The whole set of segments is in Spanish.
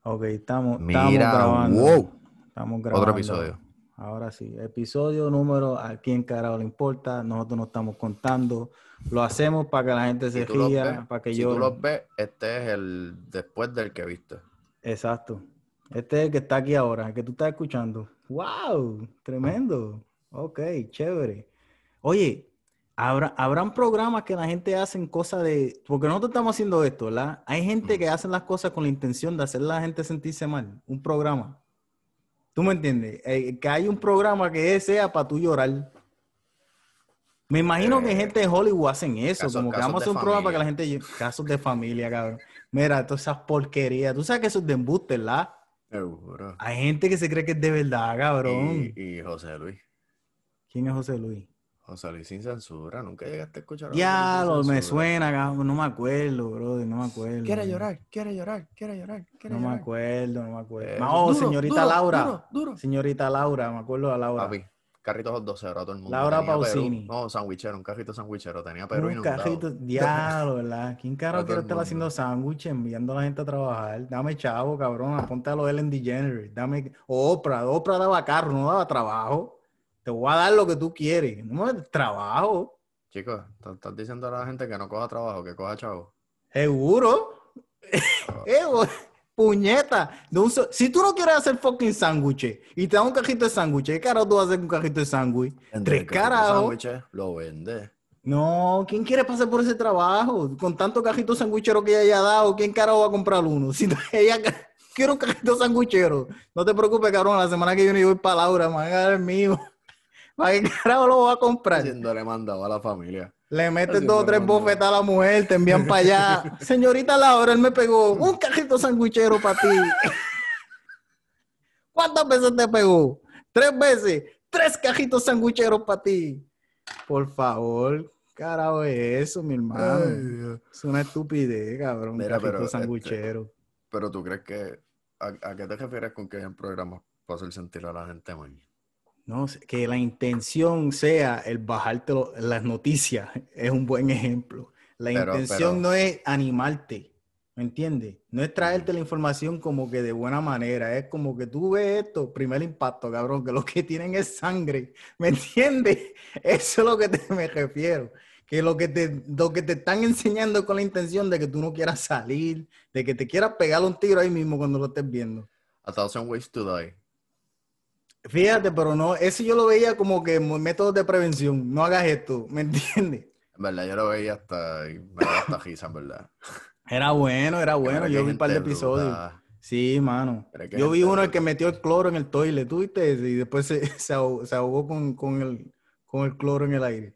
Ok, estamos Mira, grabando. wow. Estamos Otro grabando. episodio. Ahora sí. Episodio número, ¿a quién carajo le importa? Nosotros no estamos contando. Lo hacemos para que la gente se Si tú los ves, ría, para que si tú lloren. los ves, este es el después del que viste. Exacto. Este es el que está aquí ahora, el que tú estás escuchando. ¡Wow! Tremendo. Ok, chévere. Oye, habrán programas que la gente hace cosas de... Porque nosotros estamos haciendo esto, ¿verdad? Hay gente que hace las cosas con la intención de hacer a la gente sentirse mal. Un programa. ¿Tú me entiendes? Que hay un programa que sea para tú llorar. Me imagino que gente de Hollywood hacen eso, como que Casos vamos a de hacer un programa para que la familia. gente... Casos de familia, cabrón. Mira, todas esas porquerías. Tú sabes que eso es de embuste, ¿verdad? Seguro. Hay gente que se cree que es de verdad, cabrón. Y José Luis. ¿Quién es José Luis? José Luis sin censura. Nunca llegaste a escuchar a José Luis sin Diablo, me censura. suena, cabrón. No me acuerdo, brother. No me acuerdo, Quiere man. llorar, quiere llorar, quiere llorar, quiere No me llorar. acuerdo, no me acuerdo. Eso. No, Duro, señorita duro, duro, Laura. duro. Señorita Laura, me acuerdo de Laura. Papi, carritos hot 12 ahora todo el mundo. Laura Tenía Perú. Pausini. No, sandwichero, un carrito sandwichero. Tenía Perú Un inundado. cajito, diablo, ¿verdad? ¿Quién A carajo todo quiere el estar haciendo mundo. sándwiches, enviando a la gente a trabajar? Dame chavo, cabrón, aponte a los Ellen DeGeneres. Dame, Oprah daba carro, no daba trabajo. Te voy a dar lo que tú quieres. No me des trabajo. Chicos, estás diciendo a la gente que no coja trabajo, que coja chavo. Seguro. Ah, Güey, puñeta. Si tú no quieres hacer fucking sándwiches y te da un cajito de sándwiches, ¿qué carajo tú vas a hacer con un cajito de sándwich? vende Tres el cajito de carajos. sándwiches, lo vende. No, ¿quién quiere pasar por ese trabajo? Con tanto cajito sandwichero que ella haya dado, ¿quién carajo va a comprar uno? Si ella quiere un cajito sandwichero, no te preocupes, cabrón, la semana que viene yo voy para Laura, me van a dar el mío. ¿Para qué carajo lo va a comprar? Haciéndole mandado a la familia. Le metes dos o Haciéndole tres mandado. bofetas a la mujer, te envían para allá. Señorita Laura, él me pegó un cajito sandwichero para ti. ¿Cuántas veces te pegó? 3 veces. 3 cajitos sandwicheros para ti. Por favor, carajo es eso, mi Ay, hermano. Dios. Es una estupidez, cabrón. Mira, Cajito sandwichero. pero tú crees que, ¿a qué te refieres con que hay programas para hacer sentir a la gente mal? No, que la intención sea el bajarte las noticias es un buen ejemplo. La intención Pero, no es animarte, ¿me entiendes? No es traerte la información como que de buena manera, es como que tú ves esto, primer impacto, cabrón, que lo que tienen es sangre, ¿me entiendes? Eso es lo que me refiero, que lo que te están enseñando con la intención de que tú no quieras salir, de que te quieras pegar un tiro ahí mismo cuando lo estés viendo. A Thousand Ways to Die. Fíjate, pero no, ese yo lo veía como que métodos de prevención. No hagas esto, ¿me entiendes? En verdad, yo lo veía hasta, y me daba hasta risa, en verdad. Era bueno, era Que bueno. mira que hay Yo vi un par de gente episodios. bruta. Sí, mano. Mira que hay Yo vi gente uno el que bruta. metió el cloro en el toilet, ¿tú viste ese? Y después se ahogó con el cloro en el aire.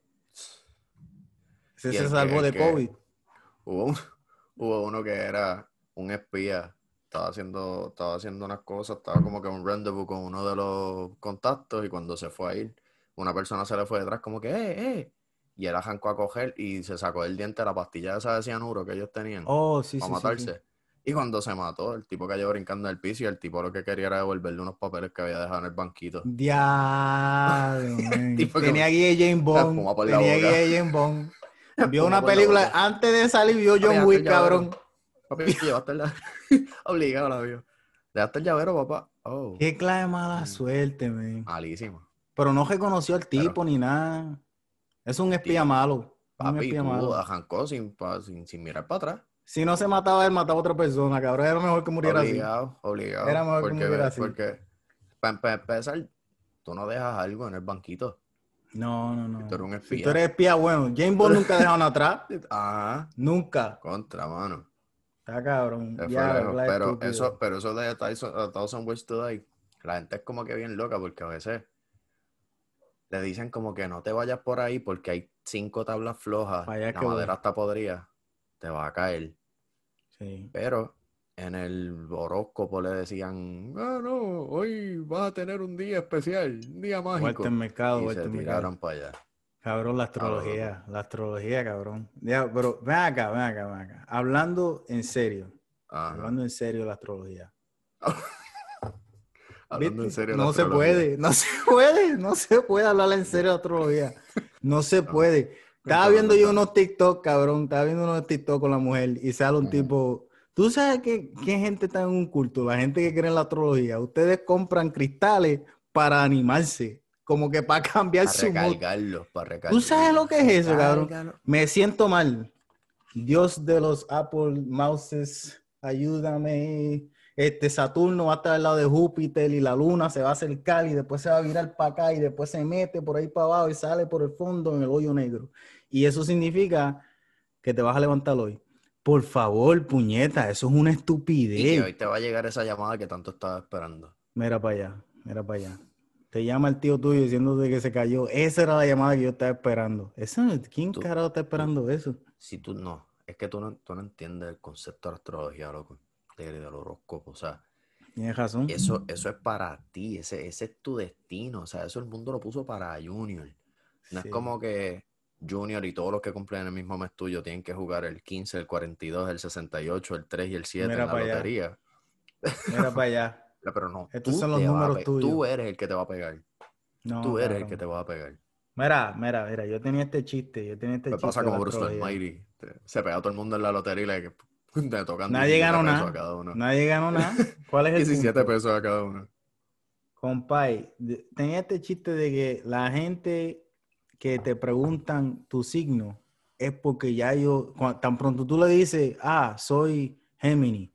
Ese Y se salvó el de que COVID. hubo, un- hubo uno que era un espía. Estaba haciendo unas cosas, estaba como que en un rendezvous con uno de los contactos y cuando se fue a ir, una persona se le fue detrás como que, Y él arrancó a coger y se sacó del diente la pastilla esa de cianuro que ellos tenían Oh, sí, para sí, sí, sí. matarse. Y cuando se mató, el tipo cayó brincando en el piso y el tipo lo que quería era devolverle unos papeles que había dejado en el banquito. Diablo, El man. tipo Tenía como, guía de James Bond. espuma por la Tenía guía boca, de James Bond. Vio espuma una por la película. boca. Antes de salir, vio Papi, John dejaste el Wick, llavero. cabrón. Papi, llevaste el obligado, la vio. Dejaste el llavero, papá. Oh, Qué clase de mala suerte, man. malísimo. Pero no reconoció al Pero tipo ni nada. Es un el espía tipo, malo. Es un papi, espía tú malo. arrancó sin mirar para atrás. Si no se mataba él, mataba a otra persona, cabrón. Era mejor que muriera así. Obligado, Era obligado. mejor que muriera así. Porque para empezar, tú no dejas algo en el banquito. No, no, Si tú eres no. un Si tú espía. eres espía, bueno. James Bond nunca dejaron atrás. Ajá, Nunca. contra, mano. Está cabrón. Se fue Ya, lejos. clase Pero estúpido. eso de Thousand Ways to Die, la gente es como que bien loca porque a veces le dicen como que no te vayas por ahí porque hay 5 tablas flojas, Para allá la que madera voy. está podrida, te va a caer. Sí. Pero en el horóscopo le decían, no, hoy vas a tener un día especial, un día Walter mágico. Mercado, Y Walter se Mercado. tiraron para allá. Cabrón, Loco. la astrología, cabrón. Ya, pero ven acá, ven acá, ven acá. Ajá. Hablando en serio de la astrología. Hablando en ¿Viste? serio de la No se astrología. puede, no se puede, no se puede hablar en serio de astrología. No se No, puede. Estaba cuéntame, viendo yo cuéntame. unos TikTok, cabrón. Estaba viendo unos TikTok con la mujer y sale un Ujú. tipo. Tú sabes que qué gente está en un culto, la gente que cree en la astrología. Ustedes compran cristales para animarse, como que para cambiar Para su mood. recargarlos, para ¿Tú sabes lo que es eso, cabrón? recargarlos. Me siento mal. Dios de los Apple Mouses, ayúdame. Saturno va a estar al lado de Júpiter y la luna se va a acercar y después se va a virar para acá y después se mete por ahí para abajo y sale por el fondo en el hoyo negro. Y eso significa que te vas a levantar hoy. Por favor, puñeta, eso es una Y que estupidez. hoy te va a llegar esa llamada que tanto estaba esperando. Mira para allá, mira para allá. Te llama el tío tuyo diciéndote que se cayó. Esa era la llamada que yo estaba esperando. ¿Quién Tú, carajo está tú, esperando eso? si tú no, es que tú no entiendes el concepto de la astrología, loco, del horóscopo. O sea, Tienes razón. eso es para ti, ese es tu destino. O sea, eso el mundo lo puso para Junior. No es Sí. como que Junior y todos los que cumplen el mismo mes tuyo tienen que jugar el 15, el 42, el 68, el 3 y el 7 en Mira la para allá. lotería. Mira para allá. Pero no, Estos son los números tuyos. tú eres el que te va a pegar. No, Tú eres el que cabrón. te va a pegar. Mira. Yo tenía este chiste. Me pasa De la como Bruce astrología. Almighty. Se pega a todo el mundo en la lotería y le tocan Nadie 17 ganó pesos a nada. cada uno. Nadie ganó nada. ¿Cuál es el 17 punto? pesos a cada uno. Compay, tenía este chiste de que la gente que te preguntan tu signo es porque ya tan pronto tú le dices, soy Géminis.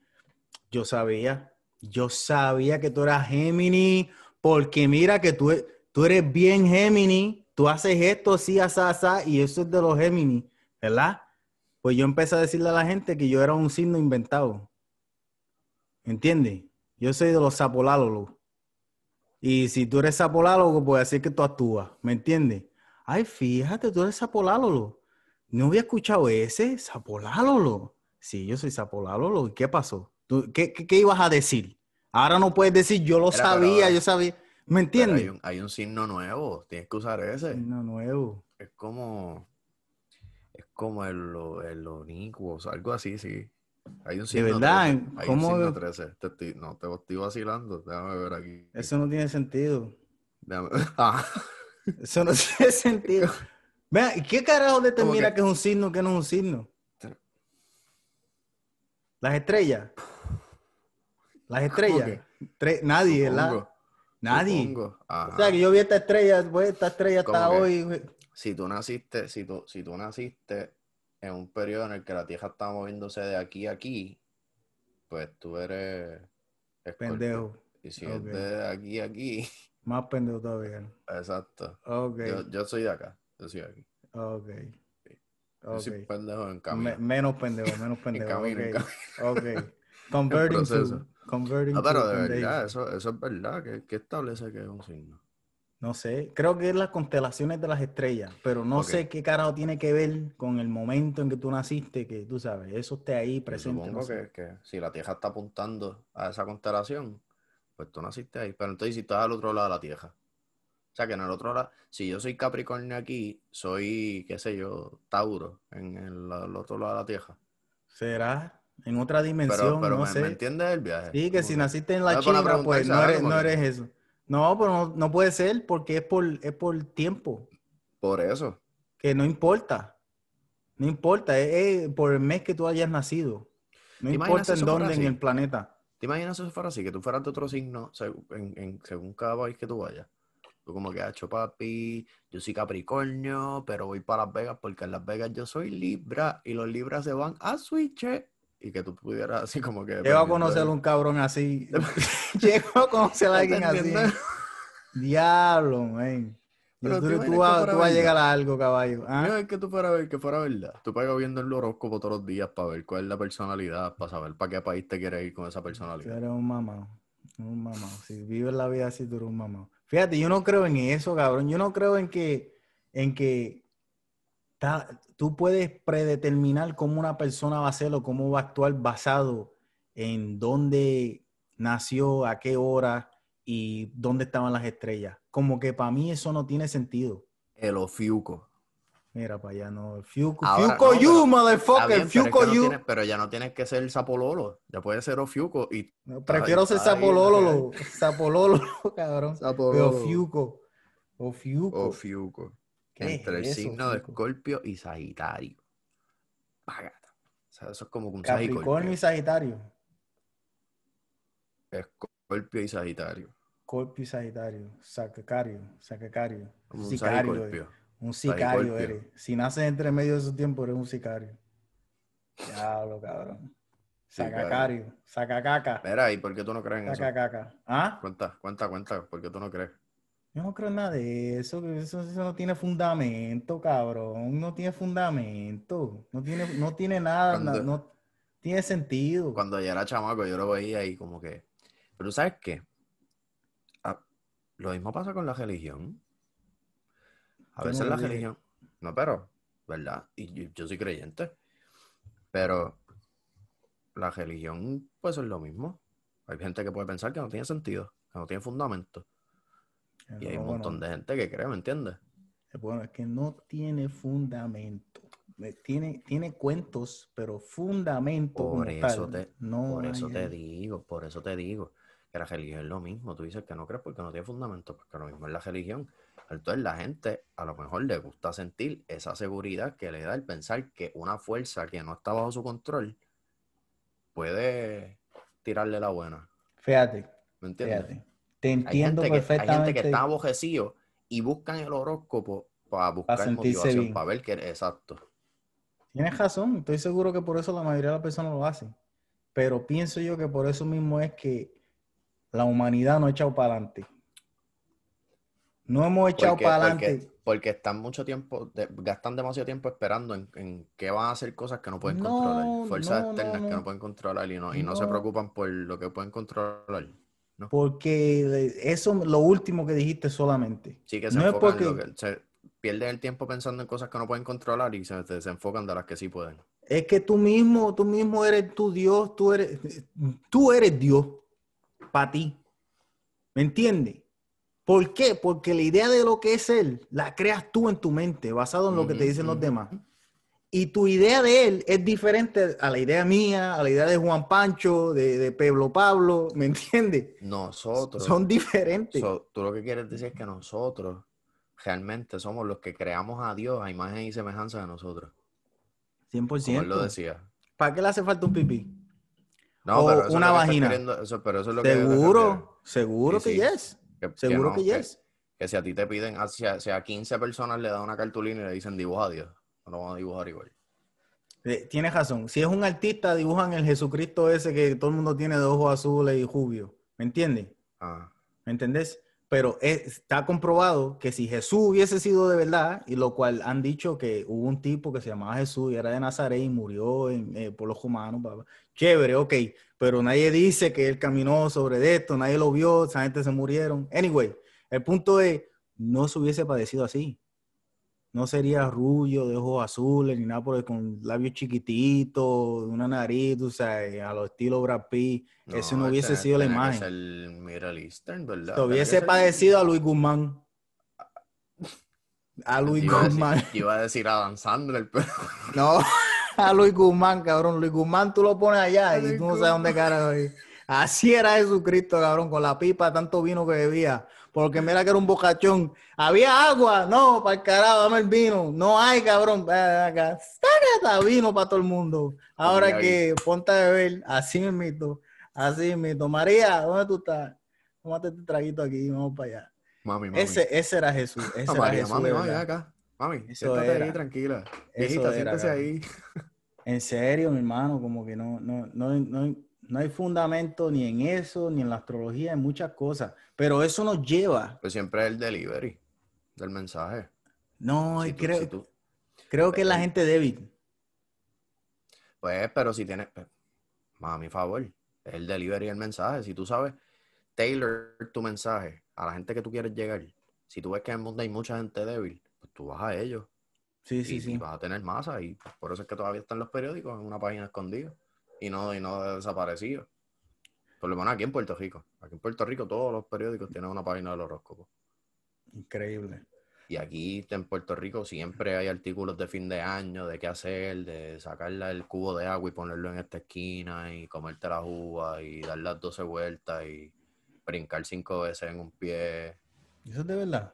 Yo sabía que tú eras Géminis, porque mira que tú eres bien Géminis, tú haces esto así, asá, y eso es de los Géminis, ¿verdad? Pues yo empecé a decirle a la gente que yo era un signo inventado, ¿entiendes? Yo soy de los sapolálogos. Y si tú eres sapolálogo, pues así es que tú actúas, ¿me entiendes? Ay, fíjate, tú eres sapolálogo. No había escuchado ese, sapolálogo. Sí, yo soy sapolálogo. ¿Y qué pasó? ¿Qué ibas a decir? Ahora no puedes decir, Mira, pero yo ahora, sabía. ¿Me pero entiendes? hay un signo nuevo. Tienes que usar ese. Signo nuevo. Es como, es como el Onicuos, algo así, sí. Hay un De signo verdad, 13. Hay un signo ¿cómo? 13. No, te estoy vacilando. Déjame ver aquí. Eso no tiene sentido. Déjame- Ah, Eso no tiene sentido. Vea, ¿y qué carajo como determina que que es un signo que no es un signo? Las estrellas. Las ¿cómo estrellas. que? Nadie, ¿verdad? Supongo, Nadie. supongo. O sea, que Ajá. yo vi esta estrella, pues esta estrella Como está que hoy. Güey. si tú naciste en un periodo en el que la Tierra está moviéndose de aquí a aquí, pues tú eres Escorpio. Pendejo. Y si Ok. es de aquí a aquí, Más pendejo todavía. exacto. Ok. Yo soy de acá, yo soy de aquí. Ok. Sí. Yo Ok. soy pendejo en camino. Menos pendejo, menos En pendejo. Ok. camino, en camino, Ok. en Converting to. proceso. Converting No, pero to de verdad, pendejo. eso es verdad. ¿Qué establece que es un signo? No sé. Creo que es las constelaciones de las estrellas. Pero no Ok, sé qué carajo tiene que ver con el momento en que tú naciste. Que tú sabes. Eso esté ahí yo presente. No supongo sé. que si la Tierra está apuntando a esa constelación, pues tú naciste ahí. Pero entonces si estás al otro lado de la Tierra. O sea, que en el otro lado, si yo soy Capricornio aquí, soy, qué sé yo, Tauro en el otro lado de la Tierra. ¿Será? En otra dimensión, Pero no me sé. entiendes el viaje? Sí, que Como si que naciste en no la me pone a China, pues preguntar, ¿sabes? Como no que eres eso. No, pero no puede ser porque es por tiempo, por eso. que no importa, no importa, es por el mes que tú hayas nacido, no ¿Te imaginas importa si en eso fuera dónde en el así? planeta. ¿Te imaginas si eso fuera así? Que tú fueras de otro signo según cada país que tú vayas. Tú como que, hecho papi, yo soy Capricornio, pero voy para Las Vegas porque en Las Vegas yo soy Libra y los Libras se van a Switch. Y que tú pudieras así como que Llego a dependiendo conocer a de... un cabrón así, llego a conocer a alguien Dependiendo de... así, diablo, man. Pero te imaginas que fuera Tú vas a llegar verdad. a algo, caballo. ¿Ah? Mira que tú fuera ver que fuera verdad. Tú pagas viendo el horóscopo todos los días para ver cuál es la personalidad, para saber para qué país te quieres ir con esa Tú personalidad. eres un mamá, un mamá. Si vives la vida así, tú eres un mamá. Fíjate, yo no creo en eso, cabrón. Yo no creo en que tú puedes predeterminar cómo una persona va a ser o cómo va a actuar basado en dónde nació, a qué hora y dónde estaban las estrellas. Como que para mí eso no tiene sentido. El ofiuco. Mira, para allá no. Ahora, Fiuco no, you, pero está motherfucker. bien, pero es Fiuco que no tiene, you. pero ya no tienes que ser sapololo. Ya puedes ser ofiuco y No, y prefiero ser está ahí en la real. sapololo, sapololo, cabrón. Pero Sapololo. Fiuco, o Fiuco. Ofiuco. ¿Qué Entre el es eso, signo de Fiuco? Escorpio y Sagitario. Págata. sea, eso es como un Capricornio y Sagicorpio. Sagitario. Escorpio y Sagitario. Scorpio y Sagitario. Sacacario. Como un Sicario. Sagicorpio. Un sicario Sagicorpio. eres. Si naces entre medio de esos tiempos, eres un sicario. Diablo, cabrón. Sicario. Sacacario. Sacacaca. Mira, ¿y por qué tú no crees en eso? Sacacaca. ¿Ah? Cuenta, ¿por qué tú no crees? Yo no creo en nada de eso, que eso no tiene fundamento, cabrón. No tiene fundamento. No tiene nada, Cuando, no tiene sentido. cuando yo era chamaco, yo lo veía y como que... Pero ¿sabes qué? Ah, lo mismo pasa con la religión. A Yo no veces lo la dije. religión... No, pero... ¿Verdad? Y yo soy creyente. Pero la religión, pues es lo mismo. Hay gente que puede pensar que no tiene sentido, que no tiene fundamento. Y hay un montón Bueno, de gente que cree, ¿me entiendes? bueno, es que no tiene fundamento. Tiene cuentos, pero fundamento Por como eso tal, te, no hay ahí. por eso te digo que la religión es lo mismo. Tú dices que no crees porque no tiene fundamento, porque lo mismo es la religión. Entonces la gente a lo mejor le gusta sentir esa seguridad que le da el pensar que una fuerza que no está bajo su control puede tirarle la buena. Fíjate, ¿Me entiendes? fíjate. Te entiendo Hay gente que está perfectamente abojecido y buscan el horóscopo para para buscar sentirse motivación, para bien. ver que exacto. Tienes razón, estoy seguro que por eso la mayoría de las personas lo hacen. Pero pienso yo que por eso mismo es que la humanidad no ha echado para adelante. No hemos echado Porque, para porque, adelante. porque están mucho tiempo, gastan demasiado tiempo esperando en que van a hacer cosas que no pueden controlar, No, fuerzas no, no, externas que no no. pueden controlar y no se No, preocupan por lo que pueden controlar, ¿no? porque eso lo último que dijiste solamente. Sí que se No es enfocan en lo porque, que, se pierden el tiempo pensando en cosas que no pueden controlar y se desenfocan de las que sí pueden. es que tú mismo eres tu Dios, tú eres Dios para ti. ¿Me entiendes? ¿Por qué? Porque la idea de lo que es Él la creas tú en tu mente, basado en lo que te Ujú, dicen los ujú. demás. Y tu idea de Él es diferente a la idea mía, a la idea de Juan Pancho, de Pablo Pablo, ¿me entiendes? Nosotros, Son diferentes, tú lo que quieres decir es que nosotros realmente somos los que creamos a Dios a imagen y semejanza de nosotros, cien por como él lo ciento. decía. ¿Para qué le hace falta un pipí? No, O pero eso es una lo que estás vagina. queriendo, pero eso es lo que te refieres. Seguro Sí, que sí, yes. que Seguro que no, yes. que si a ti te piden, si a 15 personas le dan una cartulina y le dicen dibuja a Dios, no lo van a dibujar igual. Tienes razón. Si es un artista, dibujan el Jesucristo ese que todo el mundo tiene de ojos azules y rubio. ¿Me entiendes? Ah, ¿Me entendés? Pero está comprobado que si Jesús hubiese sido de verdad, y lo cual han dicho que hubo un tipo que se llamaba Jesús y era de Nazaret y murió por los humanos, chévere, ok, pero nadie dice que él caminó sobre esto, nadie lo vio, esa gente se murieron. Anyway, el punto es, no se hubiese padecido así. No sería rubio, de ojos azules, ni nada por el, con labios chiquititos, una nariz, o sea, a lo estilo Brad Pitt. Eso no no, hubiese sido la tenía que ser imagen. Middle Eastern, Se ¿verdad? Tenía que hubiese ser. parecido a Luis Guzmán. A Yo Luis iba a decir, Guzmán. yo iba a decir Adam Sandler, pero. No, a Luis Guzmán, cabrón. Luis Guzmán tú lo pones allá y Alex tú no sabes dónde Guzmán. carajo es. Así era Jesucristo, cabrón, con la pipa, tanto vino que bebía. Porque mira que era un bocachón. ¿Había agua? No, para el carajo, dame el vino. No hay, cabrón. Ven acá. Sácata vino para todo el mundo. O Ahora Miyagi. que ponte a beber, así mismito. Así mismito. María, ¿dónde tú estás? Tómate este traguito aquí, vamos para allá. Mami, mami. Ese era Jesús. A Ese era María, Jesús mami, de mami, ven verdad. acá. Mami, Eso siéntate ahí, era. tranquila. Eso Viejita, era, siéntese cabrón. ahí. En serio, mi hermano, como que no hay fundamento ni en eso, ni en la astrología, en muchas cosas. Pero eso nos lleva. Pues siempre es el delivery del mensaje. No, Si tú, si creo, tú, creo que es la el- gente débil. pues, pero si tienes, pues, más a mi favor, es el delivery del mensaje. Si tú sabes tailor tu mensaje a la gente que tú quieres llegar, si tú ves que en el mundo hay mucha gente débil, pues tú vas a ellos Sí, sí, y sí. vas a tener masa y pues, por eso es que todavía están los periódicos en una página escondida y no desaparecido. Por lo menos aquí en Puerto Rico. Aquí en Puerto Rico todos los periódicos tienen una página del horóscopo. Increíble. Y aquí en Puerto Rico siempre hay artículos de fin de año, de qué hacer, de sacarle el cubo de agua y ponerlo en esta esquina y comerte las uvas y dar las 12 vueltas y brincar 5 veces en un pie. Eso es de verdad.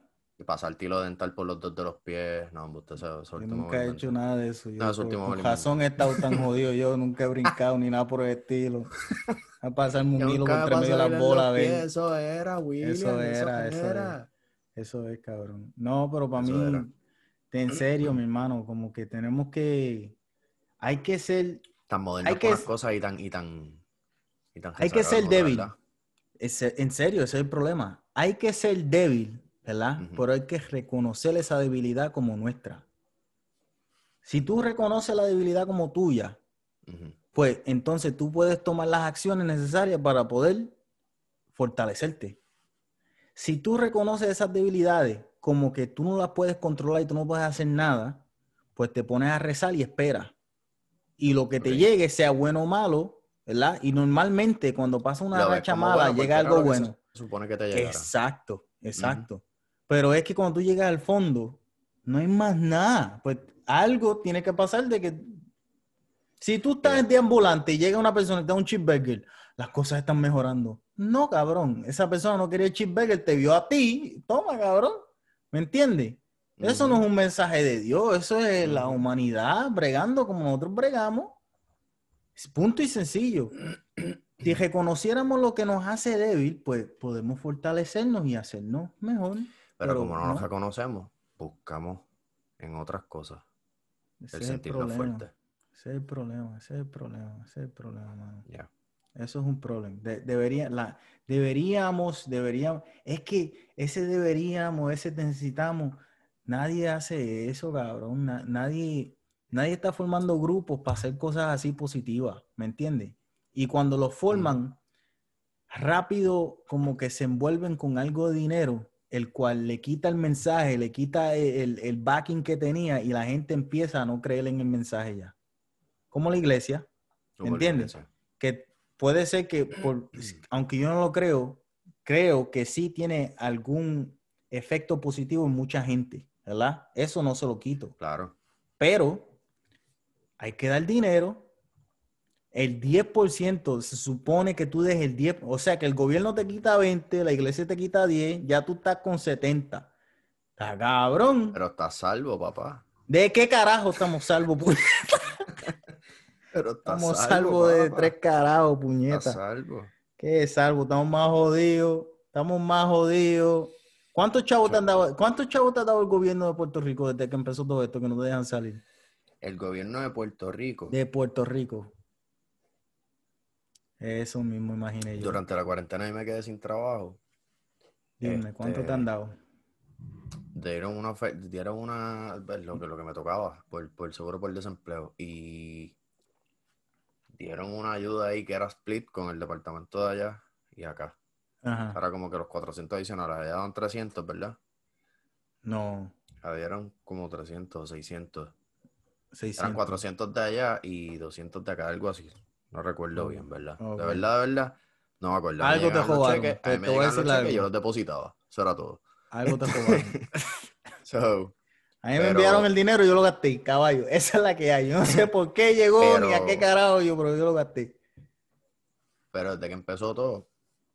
pasar hilo dental por los dos de los pies. No, usted ese Yo último nunca he hecho nada de eso. Yo, ese último me con lo razón he estado tan jodido. Yo nunca he brincado ni nada por el estilo. A pasarme un Yo hilo por nunca me entre medio pasó de hilo las en bolas, los a pies. ver. Eso era, William. Eso es, cabrón. No, pero para Eso era. mí, en serio, mi hermano, como que tenemos que, hay que ser, Tan hay modernos con que, las cosas y tan hay que rezagados en ser otra, ¿verdad? débil. En serio, ese es el problema. Hay que ser débil, ¿verdad? Ujú, Pero hay que reconocer esa debilidad como nuestra. Si tú reconoces la debilidad como tuya, ujú. pues entonces tú puedes tomar las acciones necesarias para poder fortalecerte. Si tú reconoces esas debilidades como que tú no las puedes controlar y tú no puedes hacer nada, pues te pones a rezar y esperas. Y lo que te Ok. llegue, sea bueno o malo, ¿verdad? Y normalmente cuando pasa una Lo ves racha como mala, bueno llega porque era algo lo que se bueno. supone que te llegara. Exacto, Ujú. exacto. Pero es que cuando tú llegas al fondo, no hay más nada. Pues algo tiene que pasar de que si tú Y estás en deambulante y llega una persona y te da un cheeseburger, las cosas están mejorando. No, cabrón. Esa persona no quería el cheeseburger, te vio a ti. Toma, cabrón. ¿Me entiendes? Eso no es ujú, un mensaje de Dios. Eso es la ujú. humanidad bregando como nosotros bregamos. Es punto y sencillo. Si reconociéramos lo que nos hace débil, pues podemos fortalecernos y hacernos mejor. Pero como Pero no nos no, reconocemos, buscamos en otras cosas el ese es el sentirnos problema. fuertes. Ese es el problema, ese es el problema, ese es el problema, mano. Ya. Eso es un problema. Deberíamos, es que ese deberíamos, ese necesitamos, nadie hace eso, cabrón. Nadie está formando grupos para hacer cosas así positivas, ¿me entiendes? Y cuando los Ujú. forman, rápido como que se envuelven con algo de dinero, el cual le quita el mensaje, le quita el backing que tenía y la gente empieza a no creer en el mensaje ya. Como la iglesia, ¿me Como la entiendes? iglesia. Que puede ser que, aunque yo no lo creo, creo que sí tiene algún efecto positivo en mucha gente, ¿verdad? Eso no se lo quito. Claro. Pero hay que dar dinero. El 10% se supone que tú dejes el 10, o sea que el gobierno te quita 20, la iglesia te quita 10, ya tú estás con 70. Está cabrón. Pero estás salvo, papá. ¿De qué carajo estamos salvos? Pero estás Estamos salvo, salvos de tres papá. carajos, Estás puñeta. salvo. ¿Qué es salvo? Estamos más jodidos. Estamos más jodidos. ¿Cuántos chavos te ha dado el gobierno de Puerto Rico desde que empezó todo esto que no te dejan salir? El gobierno de Puerto Rico, De Puerto Rico. Eso mismo imaginé yo. durante la cuarentena y me quedé sin trabajo. Dime, ¿cuánto te han Este, dado? dieron una, pues, lo que me tocaba por seguro por desempleo. Y dieron una ayuda ahí que era split con el departamento de allá y acá. Ajá. Era como que los 400 adicionales, allá daban 300, ¿verdad? No, Allá dieron como 300 o 600. Eran 600. 400 de allá y 200 de acá, algo así. No recuerdo Oh, bien, ¿verdad? ok. De verdad, no me acuerdo. Algo te robaron. A mí Te me voy a llegaban los decir cheques y yo algo. los depositaba. Eso era todo. Algo te robaron. So, A mí me enviaron el pero, dinero y yo lo gasté, caballo. Esa es la que hay. Yo no sé por qué llegó ni a qué pero, carajo yo, pero yo lo gasté. pero desde que empezó todo,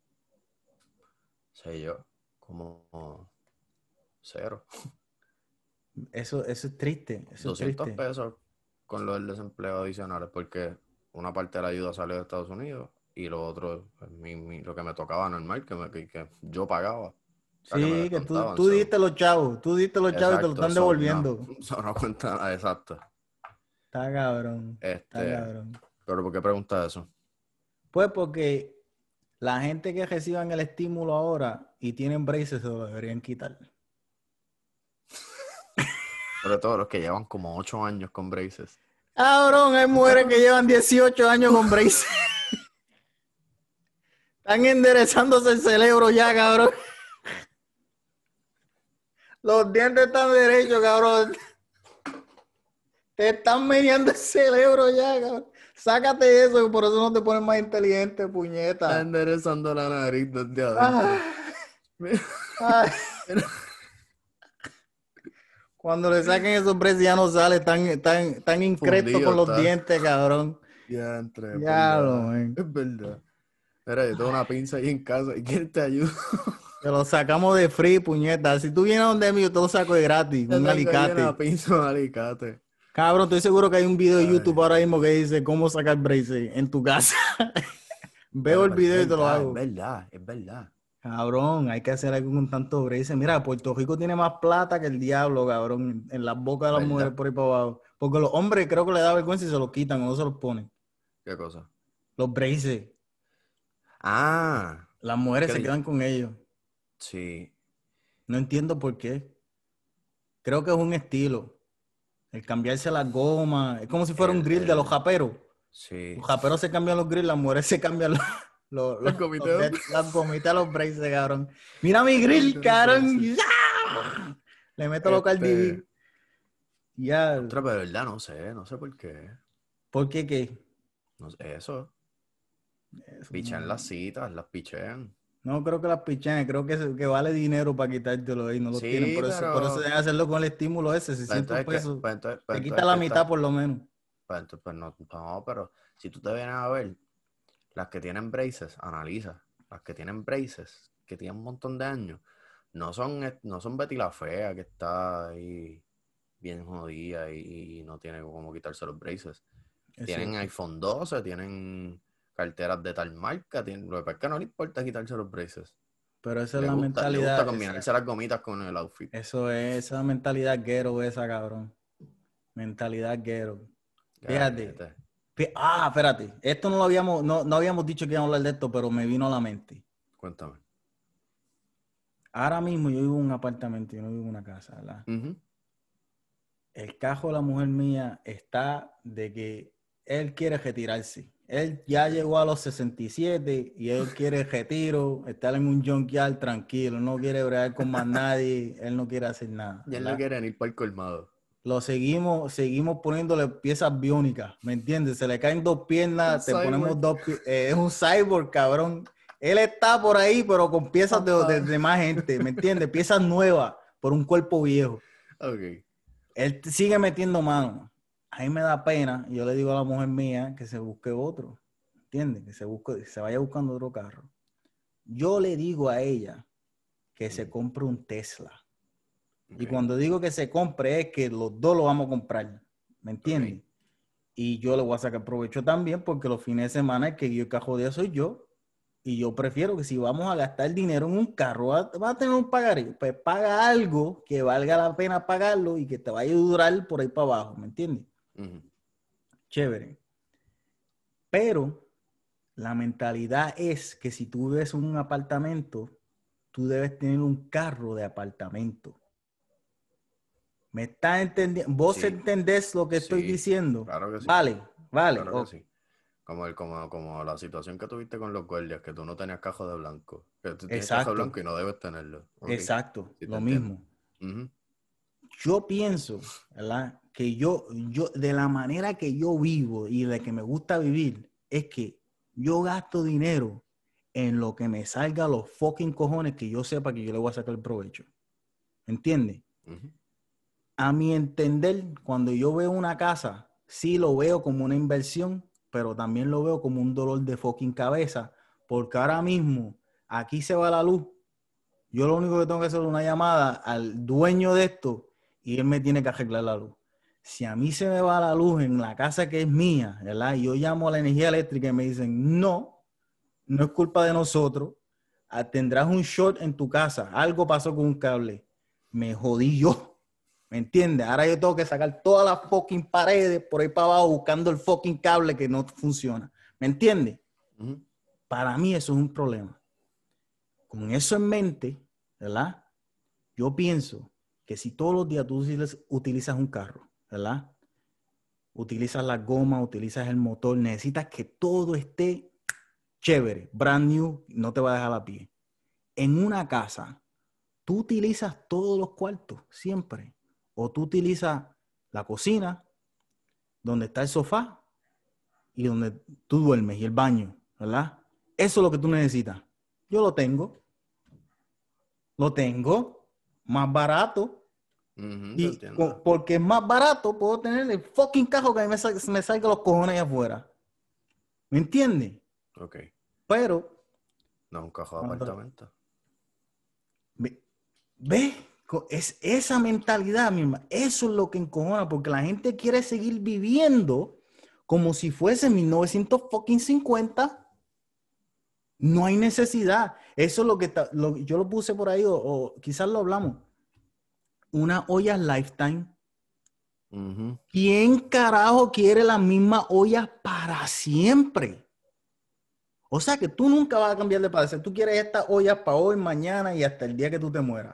sé yo, como cero. Eso es triste. Eso es 200 triste. pesos con lo del desempleo adicionales, porque una parte de la ayuda salió de Estados Unidos y lo otro, pues, lo que me tocaba normal, que yo pagaba. O sea, que me Sí, que tú, descontaban. tú diste los chavos. Tú diste los chavos y te lo Exacto, están devolviendo. no cuenta nada, exacto. Está cabrón. Está Este, cabrón. pero ¿por qué preguntas eso? Pues porque la gente que reciban el estímulo ahora y tienen braces se lo deberían quitar. Sobre todo los que llevan como 8 años con braces. Cabrón, hay mujeres que llevan 18 años con braces. Están enderezándose el cerebro ya, cabrón. Los dientes están derechos, cabrón. Te están meneando el cerebro ya, cabrón. Sácate eso, que por eso no te pones más inteligente, Está puñeta. enderezando la nariz desde adentro. Ah, ay. Cuando le saquen esos braces ya no sale tan incresto Fundido con los está. dientes, cabrón. Ya, entre, es Ya lo, verdad. man. Es verdad. Mira, yo tengo una pinza ahí en casa y quién te ayuda. Te lo sacamos de free, puñeta. Si tú vienes a donde mí, yo te lo saco de gratis. Yo Un tengo ahí una alicate. pinza, un alicate. Cabrón, estoy seguro que hay un video de YouTube ahora Ay. mismo que dice cómo sacar braces en tu casa. Veo el Pero es video y te lo verdad, es hago. verdad, es verdad. Cabrón, hay que hacer algo con tanto braces. Mira, Puerto Rico tiene más plata que el diablo, cabrón, en las bocas de las mujeres ¿Verdad? por ahí para abajo. Porque los hombres creo que les da vergüenza y se los quitan o no se los ponen. ¿Qué cosa? Los braces. Ah, Las es mujeres que se quedan con ellos. sí, No entiendo por qué. Creo que es un estilo. El cambiarse las gomas. Es como si fuera un grill de los el, japeros. Los sí. japeros se cambian los grills, las mujeres se cambian El comité de las gomitas, los braces, cabrón. Mira mi el grill, comité de los cabrón. braces. ¡Ya! Le meto los Cardi Este, B. Ya. otra, pero de verdad, no sé por qué. ¿Por qué qué? No sé, eso. Eso Pichan no, las citas, las pichean. no creo que las pichen, creo que vale dinero para quitártelo y no los tienen. Sí, Por eso pero deben hacerlo con el estímulo ese, pues 600 entonces, pesos. pues Te quita entonces, la ¿qué mitad está? por lo menos. Pues entonces, pues no, no, pero si tú te vienes a ver, las que tienen braces, analiza, las que tienen braces, que tienen un montón de años, no son Betty la Fea, que está ahí bien jodida y no tiene cómo quitarse los braces. Es Tienen cierto. iPhone 12, tienen carteras de tal marca, lo que pasa es que no le importa quitarse los braces. Pero esa es la Le gusta mentalidad, combinarse las gomitas con el outfit. eso es, esa mentalidad ghetto esa, cabrón. Mentalidad ghetto. Fíjate. Garete. Espérate. Esto no lo habíamos, no habíamos dicho que íbamos a hablar de esto, pero me vino a la mente. Cuéntame. Ahora mismo yo vivo en un apartamento, yo no vivo en una casa, ¿verdad? Ujú. El cajo de la mujer mía está de que él quiere retirarse. Él ya Ok. llegó a los 67 y él quiere retiro, estar en un junkyard tranquilo, no quiere bregar con más nadie, él no quiere hacer nada, Ya no ¿verdad? quieren ir para el colmado. Lo seguimos poniéndole piezas biónicas, ¿me entiendes? Se le caen dos Un piernas, te ponemos cyborg. es un cyborg, cabrón. Él está por ahí, pero con piezas Papá. de más gente, ¿me entiendes? Piezas nuevas por un cuerpo viejo. Ok. Él sigue metiendo mano. A mí me da pena. Y yo le digo a la mujer mía que se busque otro. ¿Entiendes? Que se vaya buscando otro carro. Yo le digo a ella que se compre un Tesla. Y Ok. cuando digo que se compre es que los dos lo vamos a comprar. ¿Me Ok. entiendes? Y yo le voy a sacar provecho también porque los fines de semana el que yo cajo de soy yo. Y yo prefiero que si vamos a gastar dinero en un carro, va a tener un pagaré. Pues paga algo que valga la pena pagarlo y que te vaya a durar por ahí para abajo. ¿Me entiendes? Ujú. Chévere. Pero la mentalidad es que si tú vives en un apartamento, tú debes tener un carro de apartamento. ¿Me estás entendiendo? ¿Vos Sí. entendés lo que estoy Sí. diciendo? Claro que sí. Vale, vale. Claro que sí. Como la situación que tuviste con los guardias, que tú no tenías cajo de blanco. Que tú tienes cajo de Exacto, blanco y no debes tenerlo. Ok. exacto, Sí, te lo entiendo. mismo. Ujú. Yo pienso, ¿verdad? Que de la manera que yo vivo y de que me gusta vivir, es que yo gasto dinero en lo que me salga los fucking cojones que yo sepa que yo le voy a sacar el provecho. ¿Entiendes? Ujú. A mi entender, cuando yo veo una casa, sí lo veo como una inversión, pero también lo veo como un dolor de fucking cabeza, porque ahora mismo aquí se va la luz. Yo lo único que tengo que hacer es una llamada al dueño de esto y él me tiene que arreglar la luz. Si a mí se me va la luz en la casa que es mía, ¿verdad? Y yo llamo a la energía eléctrica y me dicen, no, no es culpa de nosotros. Tendrás un short en tu casa. Algo pasó con un cable. Me jodí yo. ¿Me entiendes? Ahora yo tengo que sacar todas las fucking paredes por ahí para abajo buscando el fucking cable que no funciona. ¿Me entiendes? Ujú. Para mí eso es un problema. Con eso en mente, ¿verdad? Yo pienso que si todos los días tú utilizas un carro, ¿verdad? Utilizas la goma, utilizas el motor, necesitas que todo esté chévere, brand new, no te va a dejar a pie. En una casa, tú utilizas todos los cuartos, siempre. O tú utilizas la cocina, donde está el sofá y donde tú duermes y el baño, ¿verdad? Eso es lo que tú necesitas. Yo lo tengo, más barato. Ujú, te Y entiendo. porque es más barato, puedo tener el fucking cajo que a mí me salga los cojones allá afuera. ¿Me entiendes? Ok. Pero No es un cajo de cuando, apartamento. Ve, ve, es esa mentalidad misma. Eso es lo que encojona, porque la gente quiere seguir viviendo como si fuese 1950. No hay necesidad. Eso es lo que yo lo puse por ahí, o quizás lo hablamos. Una olla Lifetime. Ujú. ¿Quién carajo quiere la misma olla para siempre? O sea que tú nunca vas a cambiar de parecer. Tú quieres esta olla para hoy, mañana y hasta el día que tú te mueras.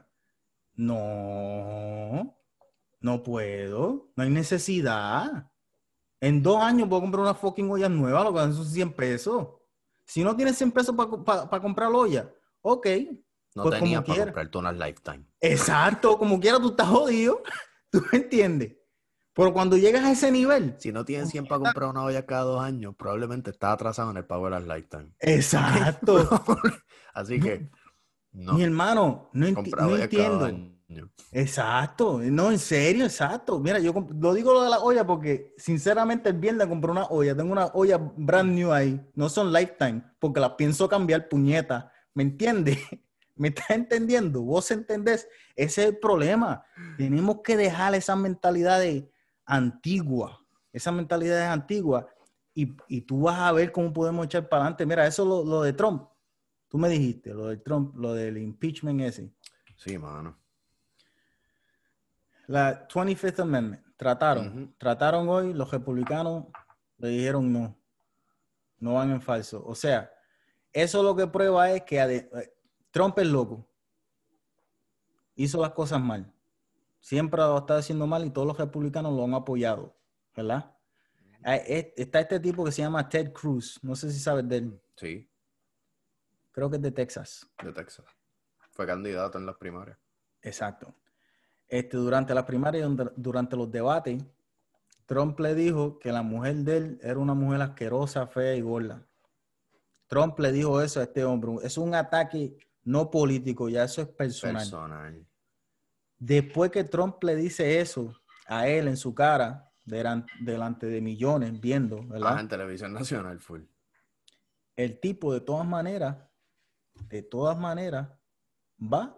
No, no puedo. No hay necesidad. En 2 años puedo comprar una fucking olla nueva, lo que dan son 100 pesos. Si no tienes 100 pesos para comprar la olla, ok, No pues como tenías para quiera. comprarte unas Lifetime. Exacto, como quiera tú estás jodido. ¿Tú me entiendes? Pero cuando llegas a ese nivel, Si no tienes 100 para puñeta. comprar una olla cada 2 años, probablemente estás atrasado en el pago de las Lifetime. ¿Ok? Exacto. Así que, Mi no. hermano, Comprar no ollas cada entiendo. año. Exacto, no, en serio, exacto. Mira, yo lo digo lo de la olla porque sinceramente el viernes compré una olla, tengo una olla brand new ahí, no son Lifetime, porque las pienso cambiar, puñeta, ¿me entiendes? ¿Me estás entendiendo? ¿Vos entendés? Ese es el problema. Tenemos que dejar esa mentalidad antigua, esa mentalidad antigua y tú vas a ver cómo podemos echar para adelante. Mira, eso lo de Trump, tú me dijiste, lo de Trump, lo del impeachment ese. Sí, mano. La 25th Amendment, Ujú. trataron hoy, los republicanos le dijeron no, no van en falso. O sea, eso lo que prueba es que Trump es loco, hizo las cosas mal, siempre lo está haciendo mal y todos los republicanos lo han apoyado, ¿verdad? Está este tipo que se llama Ted Cruz, no sé si sabes de él, Sí, creo que es de Texas. de Texas. Fue candidato en las primarias. Exacto. Durante la primaria, durante los debates, Trump le dijo que la mujer de él era una mujer asquerosa, fea y gorda. Trump le dijo eso a este hombre. Es un ataque no político, ya eso es personal. Personal. Después que Trump le dice eso a él en su cara, delante de millones viendo, Ah, ¿verdad? en televisión nacional, full. El tipo de todas maneras, va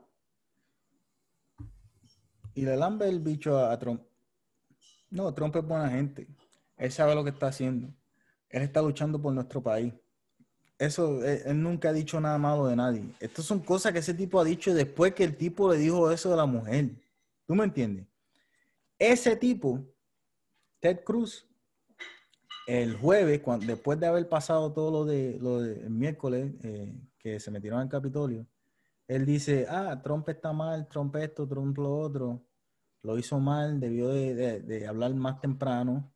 y le lambe el bicho a Trump. No, Trump es buena gente. Él sabe lo que está haciendo. Él está luchando por nuestro país. Eso, él nunca ha dicho nada malo de nadie. Estas son cosas que ese tipo ha dicho después que el tipo le dijo eso de la mujer. ¿Tú me entiendes? Ese tipo, Ted Cruz, el jueves, después de haber pasado todo lo de el miércoles, que se metieron al Capitolio, él dice, Trump está mal, Trump esto, Trump lo otro, lo hizo mal, debió de hablar más temprano.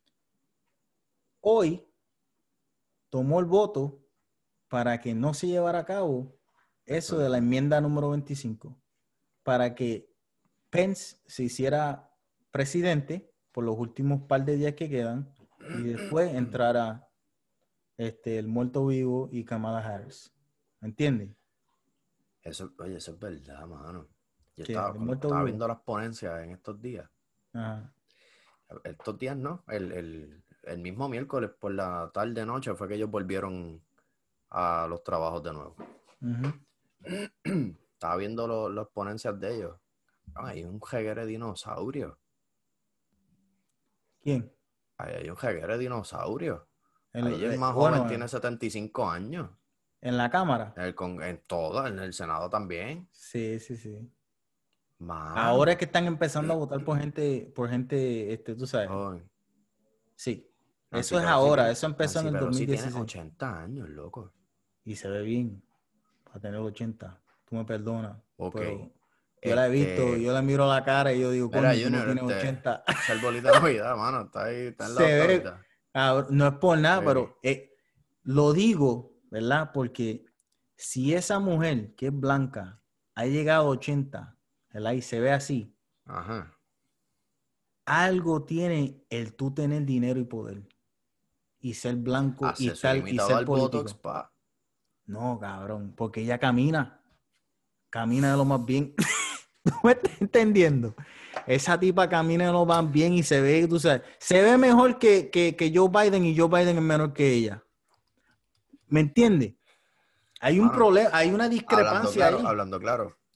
Hoy tomó el voto para que no se llevara a cabo eso de la enmienda número 25, para que Pence se hiciera presidente por los últimos par de días que quedan y después entrara el muerto vivo y Kamala Harris. ¿Me entiendes? Eso, oye, eso es verdad, mano. Que el Cuando muerto estaba vivo. viendo las ponencias en Ajá. estos días no, el mismo miércoles por la tarde noche fue que ellos volvieron a los trabajos de nuevo. Uh-huh. Estaba viendo las ponencias de ellos. Hay un jeguere de dinosaurio. ¿Quién? Hay un jeguere de dinosaurio. En, Ahí el más joven bueno, tiene 75 años. en la Cámara. En todo, en el Senado también. Sí, sí, sí. Ahora es Mano. que están empezando a votar por gente, tú sabes. Oh, Sí. Nancy Eso es ahora, Pelosi, eso empezó en Nancy el Pelosi tiene 2016. 80 años, loco. Y se ve bien para tener 80. Tú me perdonas, Ok. pero yo la he visto, yo le miro la cara y yo digo, Mira, coño, tú no Junior, tienes 80. ese arbolito de Navidad, mano, está ahí, está en la Se ve, octavita. no es por nada, Sí. pero lo digo, ¿verdad? Porque si esa mujer que es blanca ha llegado a 80, ¿verdad? Y se ve así, Ajá. algo tiene el tú tener dinero y poder y ser blanco Acceso y ilimitado ser al Botox, político. pa. No, cabrón, porque ella camina de lo más bien. ¿Tú me estás entendiendo? Esa tipa camina de lo más bien y se ve, tú sabes, se ve mejor que Joe Biden y Joe Biden es menor que ella. ¿Me entiendes? Hay un Mano, problema, hay una discrepancia ahí. hablando claro.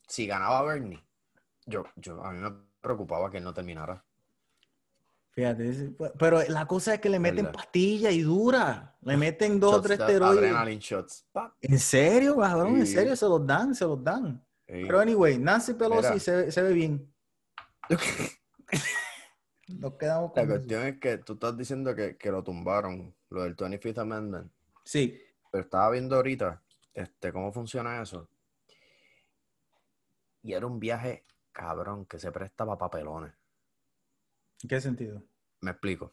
si ganaba Bernie, a mí me preocupaba que él no terminara. Fíjate, pero la cosa es que le meten ¿Verdad? pastillas y dura. Le meten 2 o 3 Shots, esteroides. adrenaline shots. ¡Pap! ¿En serio, cabrón? ¿En serio? Y, Se los dan, se los dan. Pero y, anyway, Nancy Pelosi mira, se ve bien. Nos quedamos la con eso. cuestión es que tú estás diciendo que lo tumbaron, lo del 25th Amendment. Sí. Pero estaba viendo ahorita cómo funciona eso. Y era un viaje cabrón que se prestaba papelones. ¿En qué sentido? Me explico.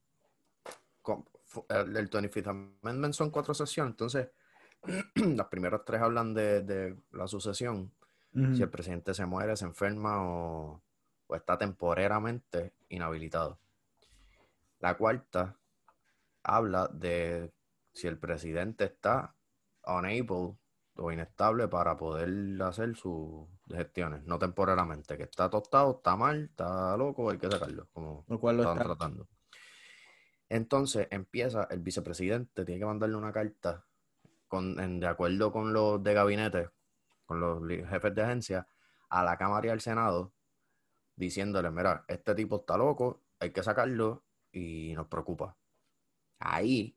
El 25th Amendment son 4 sesiones, entonces las primeras 3 hablan de la sucesión. Si el presidente se muere, se enferma o está temporariamente inhabilitado. La cuarta habla de si el presidente está unable o inestable para poder hacer sus gestiones, no temporariamente, que está tostado, está mal, está loco, hay que sacarlo, como Lo cual lo estaban está. tratando. Entonces empieza, el vicepresidente tiene que mandarle una carta de acuerdo con los de gabinete, con los jefes de agencia, a la Cámara y al Senado, diciéndole, mira, este tipo está loco, hay que sacarlo y nos preocupa. Ahí,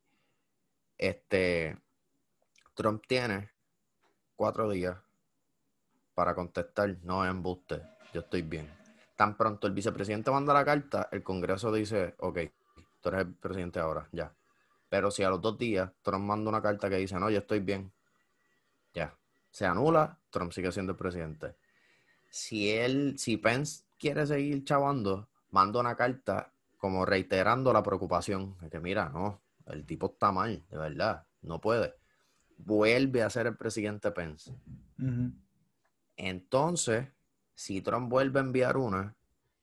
Trump tiene 4 días para contestar, no es embuste, yo estoy bien. Tan pronto el vicepresidente manda la carta, el Congreso dice, ok, tú eres el presidente ahora, ya. Pero si a los 2 días Trump manda una carta que dice, no, yo estoy bien, ya. Se anula, Trump sigue siendo el presidente. Si Pence quiere seguir chavando, manda una carta como reiterando la preocupación, de que mira, no, el tipo está mal, de verdad, no puede. Vuelve a ser el presidente Pence. Entonces, si Trump vuelve a enviar una,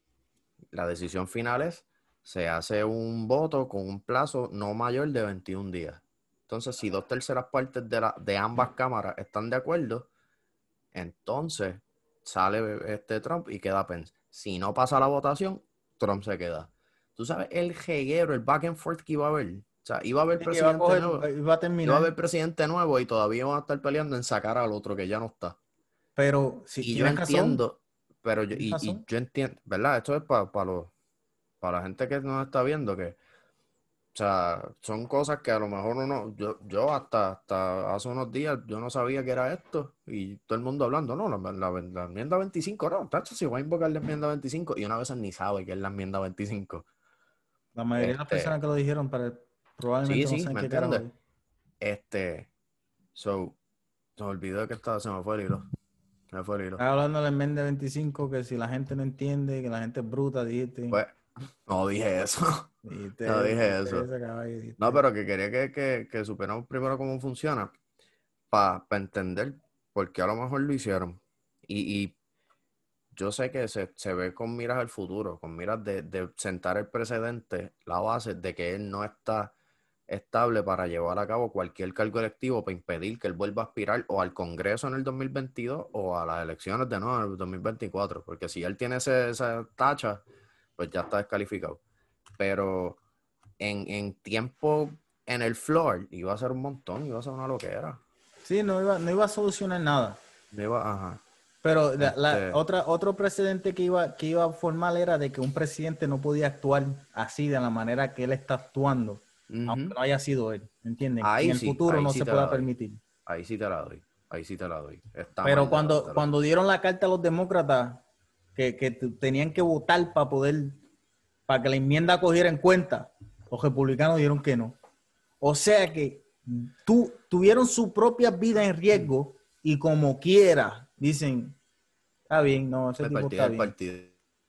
la decisión final es, se hace un voto con un plazo no mayor de 21 días. Entonces, si 2/3 partes de ambas cámaras están de acuerdo, entonces sale Trump y queda Pence. Si no pasa la votación, Trump se queda. Tú sabes el jeguero, el back and forth que iba a haber. O sea, iba a haber Sí, que va a presidente coger, nuevo. va a Iba a terminar. haber presidente nuevo y todavía van a estar peleando en sacar al otro que ya no está. Pero si Y yo tienes razón, entiendo, pero tienes y razón. yo entiendo, ¿verdad? Esto es para la gente que nos está viendo, que, o sea, son cosas que a lo mejor uno, yo hasta hace unos días, yo no sabía que era esto, y todo el mundo hablando, no, la enmienda 25 no, tacho, si voy a invocar la enmienda 25 y una vez ni sabe qué es la enmienda 25. La mayoría de las personas que lo dijeron Sí, probablemente no sí, saben ¿me qué carajo entiendes? es. Este, so, se me olvidó de que estaba, se me fue el hilo, se me fue el hilo. Estaba hablando de la enmienda 25, que si la gente no entiende, que la gente es bruta, dijiste. Pues, no dije eso, no dije Dijiste eso. esa caballo, No, dijiste. pero que quería que supiéramos primero cómo funciona para entender por qué a lo mejor lo hicieron. Y yo sé que se ve con miras al futuro, con miras de sentar el precedente, la base de que él no está estable para llevar a cabo cualquier cargo electivo para impedir que él vuelva a aspirar o al Congreso en el 2022 o a las elecciones de nuevo en el 2024, porque si él tiene esa tacha, pues ya está descalificado. Pero en tiempo en el floor iba a ser un montón, iba a ser una loquera. Sí, no iba a solucionar nada. Ajá. Pero Este, otro precedente que iba a formar era de que un presidente no podía actuar así de la manera que él está actuando, aunque ujú. no haya sido él, ¿entienden? En el futuro Ahí no sí se te la pueda doy. permitir. Ahí sí te la doy. Ahí sí te la doy. Está Pero mal de cuando, dártela. cuando dieron la carta a los demócratas que tenían que votar para que la enmienda cogiera en cuenta, los republicanos dijeron que no. O sea que tuvieron su propia vida en riesgo y como quiera, dicen, está bien, no, ese El tipo partido está del bien. partido.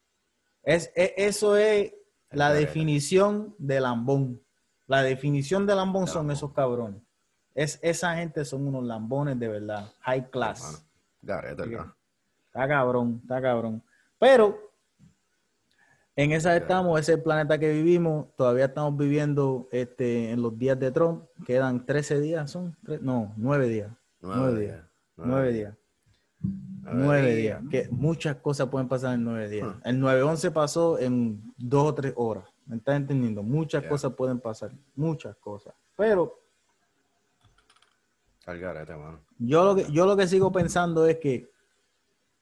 Eso es El la garete. definición de lambón. La definición de lambón De son lambón. esos cabrones. Esa gente son unos lambones de verdad, high Sí, mano. class. Garete, Así que ¿verdad? está cabrón, está cabrón. Pero en esa estamos, Garete. ese es el planeta que vivimos. Todavía estamos viviendo en los días de Trump. Quedan 13 días, no, 9 días. 9 9 días. días. 9 9 días. días. 9 9 días. días. Que muchas cosas pueden pasar en 9 días. Huh. El 9/11 pasó en 2 o 3 horas. ¿Me estás entendiendo? Muchas Ya. cosas pueden pasar. Muchas cosas. Pero Está el garete, mano. yo De lo que, verdad. yo lo que sigo pensando es que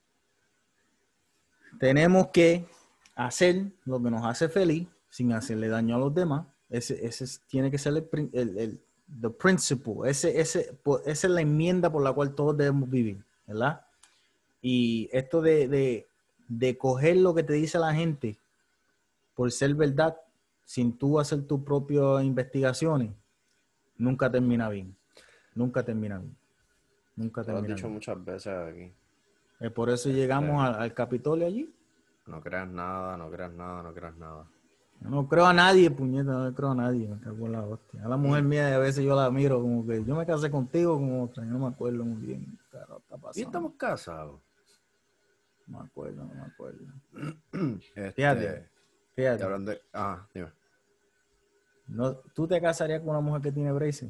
Tenemos que hacer lo que nos hace feliz sin hacerle daño a los demás. Tiene que ser the principle. Esa es la enmienda por la cual todos debemos vivir, ¿verdad? Y esto de coger lo que te dice la gente por ser verdad, sin tú hacer tus propias investigaciones, nunca termina bien. Nunca termina bien. Nunca Te lo has termina dicho bien. muchas veces aquí. Por eso llegamos al Capitolio allí. No creas nada, no creas nada, no creas nada. Yo no creo a nadie, puñeta, no le creo a nadie, me cago en la hostia. A la mujer mía a veces yo la miro como que yo me casé contigo como otra, yo no me acuerdo muy bien. Claro, está Y pasando. estamos casados. No me acuerdo, no me acuerdo. Fíjate. Fíjate. Hablando de... dime. No, ¿tú te casarías con una mujer que tiene braces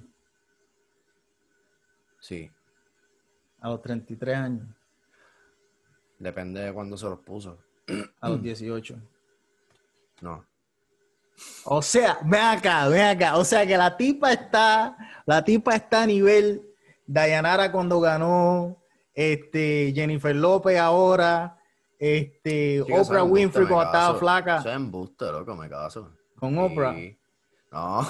Sí, a los 33 años, depende de cuándo se los puso. a los 18? No. O sea, ven acá. O sea que la tipa está a nivel Dayanara cuando ganó, Jennifer López ahora, Chica, eso es Oprah embuste, Winfrey me cuando estaba caso. flaca Eso es embuste, loco, me caso. con Oprah, Sí. No.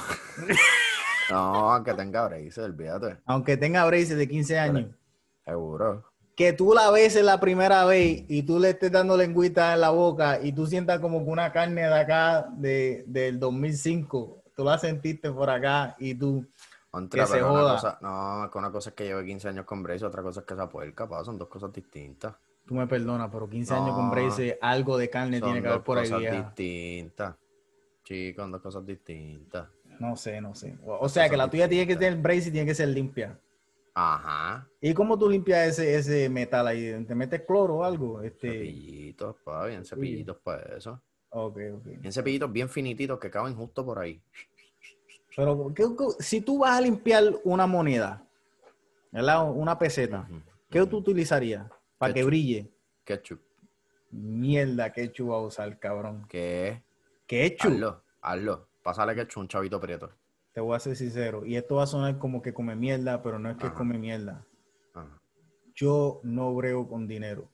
No, aunque tenga braces, olvídate. aunque tenga braces de 15 años. Seguro. Que tú la beses la primera vez y tú le estés dando lengüita en la boca y tú sientas como que una carne de acá del 2005, tú la sentiste por acá y tú, Contra, que se pero una joda. cosa, no, que una cosa es que lleve 15 años con braces, otra cosa es que esa puerca, pa, son dos cosas distintas. Tú me perdonas, pero 15 años con No, braces, algo de carne tiene son que haber dos por ahí, cosas vieja. distintas. Chicos, son dos cosas distintas. No sé. O Dos sea, que cosas la tuya tiene que distintas. tener braces y tiene que ser limpia. Ajá. ¿Y cómo tú limpias ese metal ahí? ¿Te metes cloro o algo? Cepillitos, pa, bien cepillitos para eso. Ok. Bien cepillitos, bien finititos que caben justo por ahí. Pero si tú vas a limpiar una moneda, ¿verdad? Una peseta, ¿qué tú utilizarías para que Ketchup. brille? Ketchup. Mierda, ketchup va a usar, cabrón. ¿Qué? Ketchup. Hazlo. Pásale ketchup un chavito prieto. Te voy a ser sincero. Y esto va a sonar como que come mierda, pero no es que Ajá. come mierda. Ajá. Yo no brego con dinero.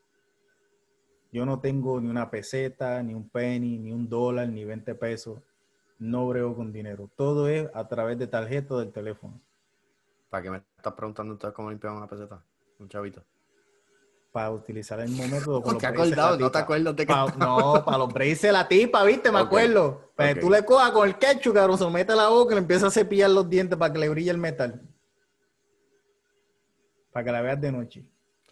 Yo no tengo ni una peseta, ni un penny, ni un dólar, ni 20 pesos. No brego con dinero. Todo es a través de tarjeta del teléfono. ¿Para qué me estás preguntando entonces cómo limpiar una peseta? Un chavito. Para utilizar el mismo método con No los te braces de la acordado, no te tipa. acuerdas de qué No, para los braces de la tipa, ¿viste? Me Ok, acuerdo. Para que ok. tú le cojas con el ketchup, cabrón, se lo mete a la boca y le empieza a cepillar los dientes para que le brille el metal. Para que la veas de noche.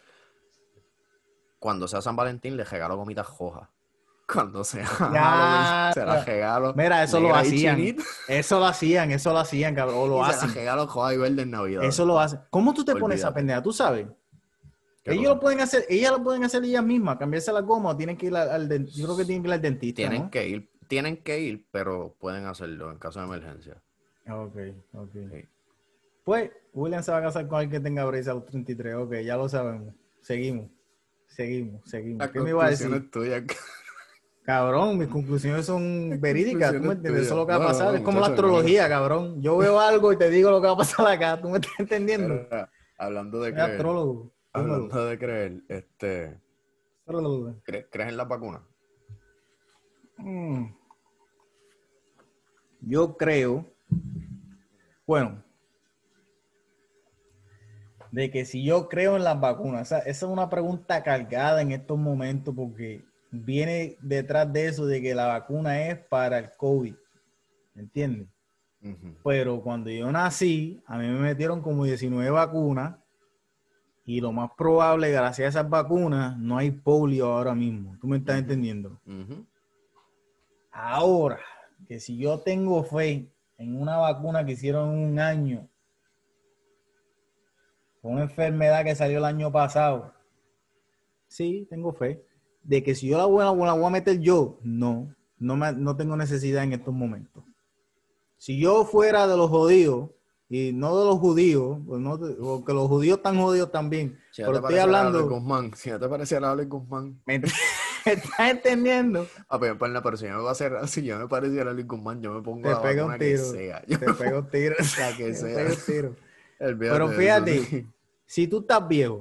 Cuando sea San Valentín, le regalo gomitas rojas. Cuando sea Halloween, Ya. se las regalo Mira, eso lo negra y hacían. chinita. Eso lo hacían, cabrón. O lo Y se las hacen. regalo rojas y verdes en Navidad. Eso lo hacen. ¿Cómo tú te pones esa Olvídate. pendeja? ¿Tú sabes? ¿Qué Ellos cosa? lo pueden hacer, ellas lo pueden hacer ellas mismas, cambiarse la goma o tienen que ir al dentista. Yo creo que tienen que ir al dentista, Tienen que ir, pero pueden hacerlo en caso de emergencia. ¿no? Ok. Sí. Pues, William se va a casar con alguien que tenga braces a los 33. Ok, ya lo sabemos. Seguimos. Las ¿Qué me iba a decir? conclusiones tuyas. Cabrón, mis conclusiones son verídicas. ¿Tú me entiendes? Eso es lo que va a pasar. No, Es como la muchacho, astrología, cabrón. Yo veo algo y te digo lo que va a pasar acá. ¿Tú me estás entendiendo? Mira, hablando de Soy creer, astrólogo. Dímelo. hablando de creer, Astrólogo. ¿crees en las vacunas? Yo creo, bueno, de que si yo creo en las vacunas, esa es una pregunta cargada en estos momentos porque viene detrás de eso de que la vacuna es para el COVID, ¿entiendes? Pero cuando yo nací, a mí me metieron como 19 vacunas y lo más probable, gracias a esas vacunas, no hay polio ahora mismo. ¿Tú me estás entendiendo? Ahora, que si yo tengo fe en una vacuna que hicieron en un año, una enfermedad que salió el año pasado, sí, tengo fe. De que si yo la voy a meter yo, no tengo necesidad en estos momentos. Si yo fuera de los judíos, y no de los judíos, pues porque los judíos están jodidos también, Si no pero te estoy pareciera hablando... Alex Guzmán, si no te pareciera Alex Guzmán. ¿Me estás entendiendo? Pero si yo me va a hacer, si yo me pareciera Alex Guzmán, yo me pongo Te la pega un vacuna que tiro. sea. Te pega un tiro. La que Te sea. pega un tiro. Olvídate Pero de eso, fíjate, sí. si tú estás viejo,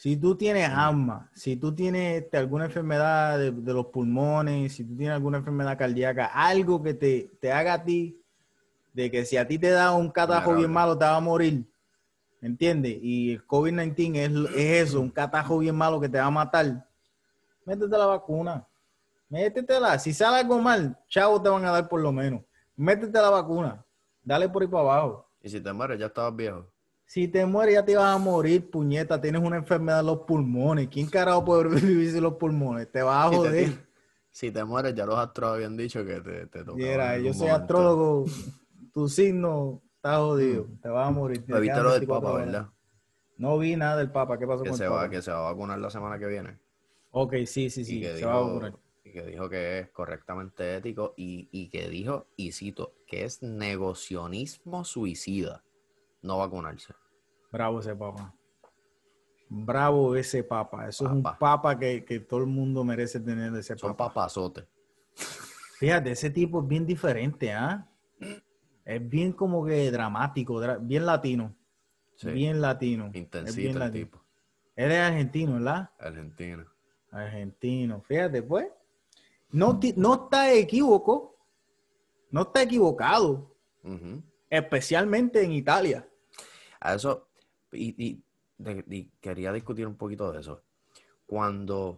Si tú tienes asma, si tú tienes alguna enfermedad de los pulmones, si tú tienes alguna enfermedad cardíaca, algo que te haga a ti, de que si a ti te da un catajo bien malo, te va a morir, ¿me entiendes? Y el COVID-19 es eso, un catajo bien malo que te va a matar. Métete la vacuna, métetela. Si sale algo mal, chavos te van a dar por lo menos. Métete la vacuna, dale por ahí para abajo. Y si te mueres, ya estabas viejo. Si te mueres, ya te vas a morir, puñeta. Tienes una enfermedad en los pulmones. ¿Quién carajo puede vivir sin los pulmones? Te vas a joder. Si te mueres, ya los astros habían dicho que te tocaba en Yo algún soy momento. astrólogo. Tu signo está jodido. Te vas a morir. Pero viste lo del Papa, ¿verdad? No vi nada del Papa. ¿Qué pasó con el Papa? Que se va a vacunar la semana que viene. Ok, sí. Se va a vacunar. Y que dijo que es correctamente ético y que dijo, y cito, que es negacionismo suicida no vacunarse. Bravo ese Papa. Bravo ese Papa. Eso es un Papa que todo el mundo merece tener ese Papa. Son papazotes. Fíjate, ese tipo es bien diferente, ¿ah? Es bien como que dramático, bien latino. Sí. Bien latino. Intensito el tipo. Él es argentino, ¿verdad? Argentino. Fíjate, pues. No está equívoco. No está equivocado. Especialmente en Italia. A eso, y quería discutir un poquito de eso. Cuando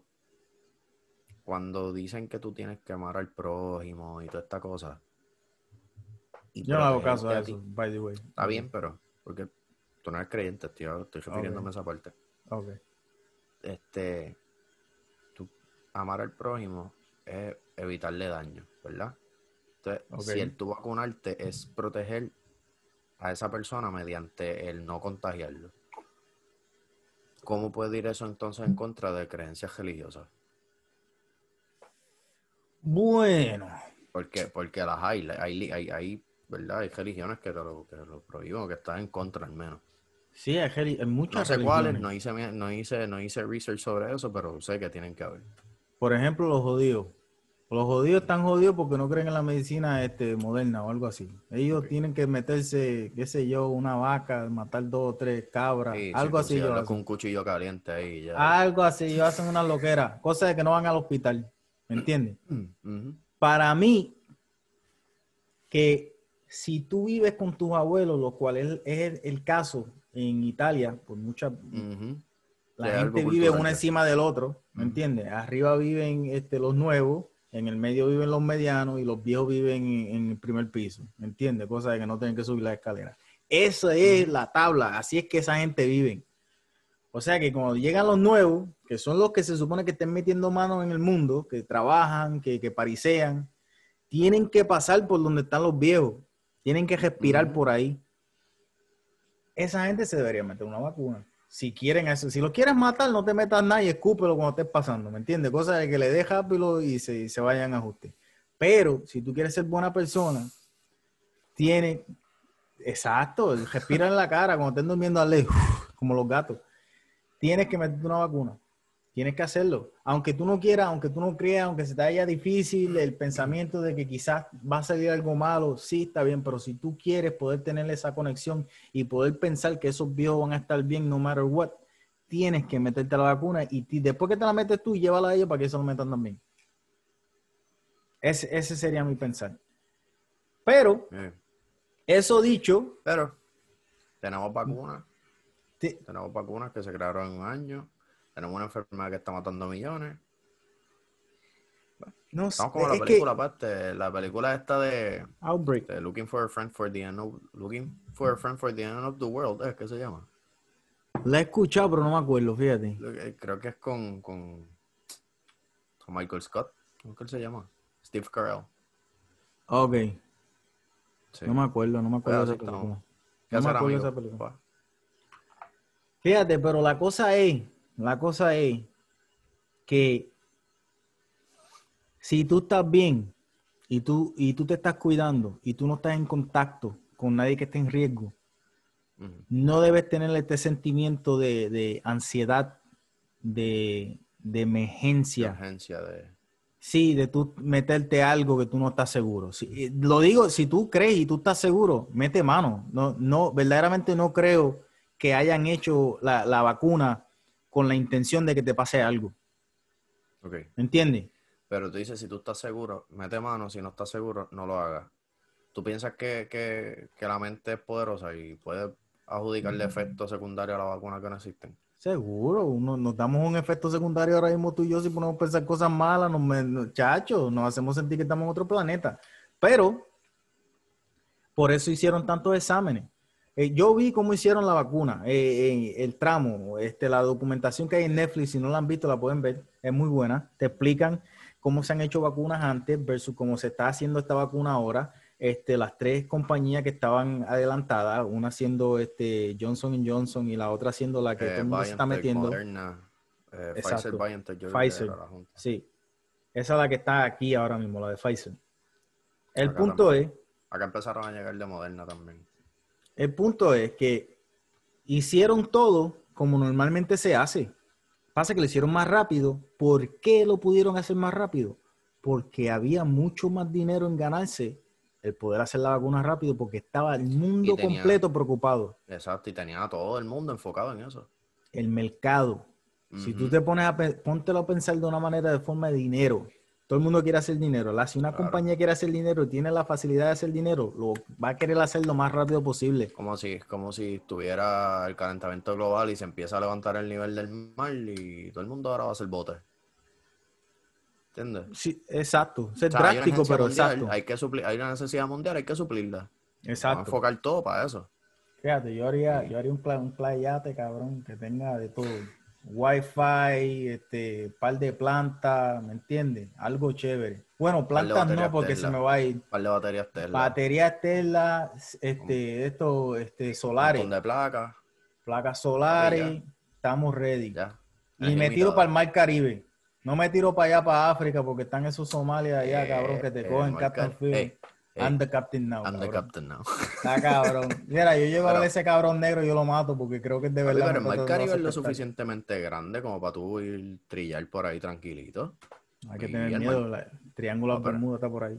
dicen que tú tienes que amar al prójimo y toda esta cosa. Yo no hago caso a eso, by the way. Está bien, pero porque tú no eres creyente, tío. Estoy refiriéndome a esa parte. Ok. Tú amar al prójimo es evitarle daño, ¿verdad? Entonces, si el tú vacunarte es proteger a esa persona mediante el no contagiarlo. ¿Cómo puede ir eso entonces en contra de creencias religiosas? Bueno. Porque las hay, ¿verdad? Hay religiones que lo prohíben, que están en contra al menos. Sí, hay muchas religiones. No hice research sobre eso, pero sé que tienen que haber. Por ejemplo, los judíos. Los judíos están jodidos porque no creen en la medicina moderna o algo así. Ellos tienen que meterse, qué sé yo, una vaca, matar 2 o 3 cabras, algo así. Con un cuchillo caliente ahí ya. Algo así, ellos hacen una loquera. Cosa de que no van al hospital. ¿Me entiendes? Para mí, que si tú vives con tus abuelos, lo cual es el caso en Italia, por muchas... La gente vive uno encima del otro, ¿me entiendes? Arriba viven los nuevos, en el medio viven los medianos y los viejos viven en el primer piso, ¿me entiendes? Cosa de que no tienen que subir la escalera. Esa es la tabla, así es que esa gente vive. O sea que cuando llegan los nuevos, que son los que se supone que estén metiendo manos en el mundo, que trabajan, que parisean, tienen que pasar por donde están los viejos, tienen que respirar por ahí. Esa gente se debería meter una vacuna. Si quieren eso, si lo quieres matar, no te metas nada y escúpelo cuando estés pasando, ¿me entiendes? Cosa de que le dejes rápido y se vayan a ajuste. Pero si tú quieres ser buena persona, exacto, respira en la cara cuando estés durmiendo al lado, como los gatos. Tienes que meterte una vacuna. Tienes que hacerlo. Aunque tú no quieras, aunque tú no creas, aunque se te haya difícil el pensamiento de que quizás va a salir algo malo, sí, está bien, pero si tú quieres poder tener esa conexión y poder pensar que esos viejos van a estar bien no matter what, tienes que meterte la vacuna y después que te la metes tú, llévala a ellos para que se lo metan también. Ese sería mi pensar. Pero, eso dicho... Pero, tenemos vacunas. Tenemos vacunas que se crearon en un año. Tenemos una enfermedad que está matando millones. No, estamos como la película aparte. La película esta de Outbreak. De Looking for a Friend for the End of the World. ¿Es que se llama? La he escuchado, pero no me acuerdo, fíjate. Creo que es con Michael Scott. ¿Cómo que él se llama? Steve Carell. Ok. Sí. No me acuerdo de esa película. No me acuerdo de esa película. Fíjate, pero la cosa es que si tú estás bien y tú te estás cuidando y tú no estás en contacto con nadie que esté en riesgo, no debes tener este sentimiento de ansiedad, de emergencia. Sí, de tú meterte algo que tú no estás seguro. Lo digo, si tú crees y tú estás seguro, mete mano. No, verdaderamente no creo que hayan hecho la vacuna con la intención de que te pase algo. Ok. ¿Entiendes? Pero tú dices, si tú estás seguro, mete mano. Si no estás seguro, no lo hagas. ¿Tú piensas que la mente es poderosa y puede adjudicarle efectos secundarios a la vacuna que no existen? Seguro, nos damos un efecto secundario ahora mismo tú y yo si ponemos a pensar cosas malas, chacho, nos hacemos sentir que estamos en otro planeta. Pero por eso hicieron tantos exámenes. Yo vi cómo hicieron la vacuna, el tramo, la documentación que hay en Netflix, si no la han visto, la pueden ver, es muy buena. Te explican cómo se han hecho vacunas antes versus cómo se está haciendo esta vacuna ahora. Las tres compañías que estaban adelantadas, una siendo Johnson Johnson y la otra siendo la que todo el mundo se está BioNTech, metiendo. Moderna, Pfizer, Exacto, BioNTech, yo creo que Pfizer, era la junta. sí. Esa es la que está aquí ahora mismo, la de Pfizer. El Acá punto también. es, Acá empezaron a llegar de Moderna también. el punto es que hicieron todo como normalmente se hace. Pasa que lo hicieron más rápido. ¿Por qué lo pudieron hacer más rápido? Porque había mucho más dinero en ganarse el poder hacer la vacuna rápido porque estaba el mundo completo preocupado. Exacto, y tenía a todo el mundo enfocado en eso. El mercado. Si tú te pones póntelo a pensar de una manera de forma de dinero. Todo el mundo quiere hacer dinero. Si una Claro. compañía quiere hacer dinero y tiene la facilidad de hacer dinero, lo va a querer hacer lo más rápido posible. Como si tuviera el calentamiento global y se empieza a levantar el nivel del mar y todo el mundo ahora va a hacer botes. ¿Entiendes? Sí, exacto. Eso O es sea, hay una drástico, agencia pero mundial, exacto. hay una necesidad mundial, hay que suplirla. Vamos a Exacto. enfocar todo para eso. Fíjate, yo haría un playate, cabrón, que tenga de todo. Wi-Fi, par de plantas, ¿me entiendes? Algo chévere. Bueno, Par de plantas no, baterías porque se Tesla. me va a ir. Par de baterías Tesla. Baterías Tesla, Un solares, montón de placas. placas Papi, ya. solares, estamos ready. Ya. Y Es me tiro para ilimitada. el Mar Caribe. No me tiro para allá, para África, porque están esos Somalias allá, cabrón, que te cogen Captain Phil. I'm the captain now, I'm the cabrón. captain now. Está cabrón. Mira, yo llevo a ver Pero, ese cabrón negro y yo lo mato porque creo que de papi, verdad me pero el está Mar tratando de Caribe es lo aceptar. suficientemente grande como para tú ir trillar por ahí tranquilito. Hay que tener Y el miedo. mar... El Triángulo de pero, Bermuda está por ahí.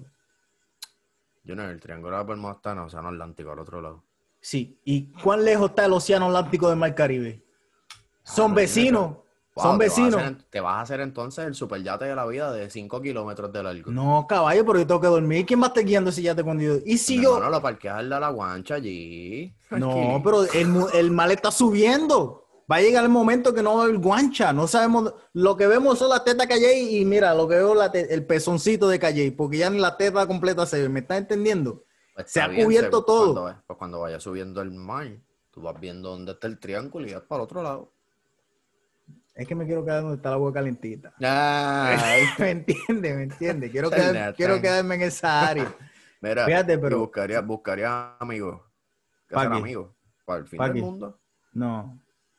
yo no, el Triángulo de las Bermudas está en el Océano Atlántico, al otro lado. Sí. ¿Y cuán lejos está el Océano Atlántico del Mar Caribe? Son Cabrón, vecinos. Son Wow, vecinos. te vas a hacer entonces el superyate de la vida de 5 kilómetros de largo. No, caballo, pero yo tengo que dormir. ¿Quién más está guiando si ya te cuando yo? ¿Y si Mi hermano yo? lo parqueas al de la guancha allí. No, Tranquilito. pero el mal está subiendo. Va a llegar el momento que no va a haber guancha. No sabemos. Lo que vemos son las tetas Calle y mira, lo que veo el pezoncito de Calle, porque ya ni la teta completa se ve. ¿Me estás entendiendo? Pues Se está ha bien, cubierto todo. cuando vayas subiendo el mar, tú vas viendo dónde está el triángulo y vas para el otro lado. Es que me quiero quedar donde está la agua calentita. Ay, ¿Me entiende? ¿Me entiende? Quiero charlatán. quedarme en esa área. Mira, Fíjate, y pero buscaría amigos. ¿Qué hacer ¿para qué? amigos? Para el fin ¿Para del qué? mundo. No,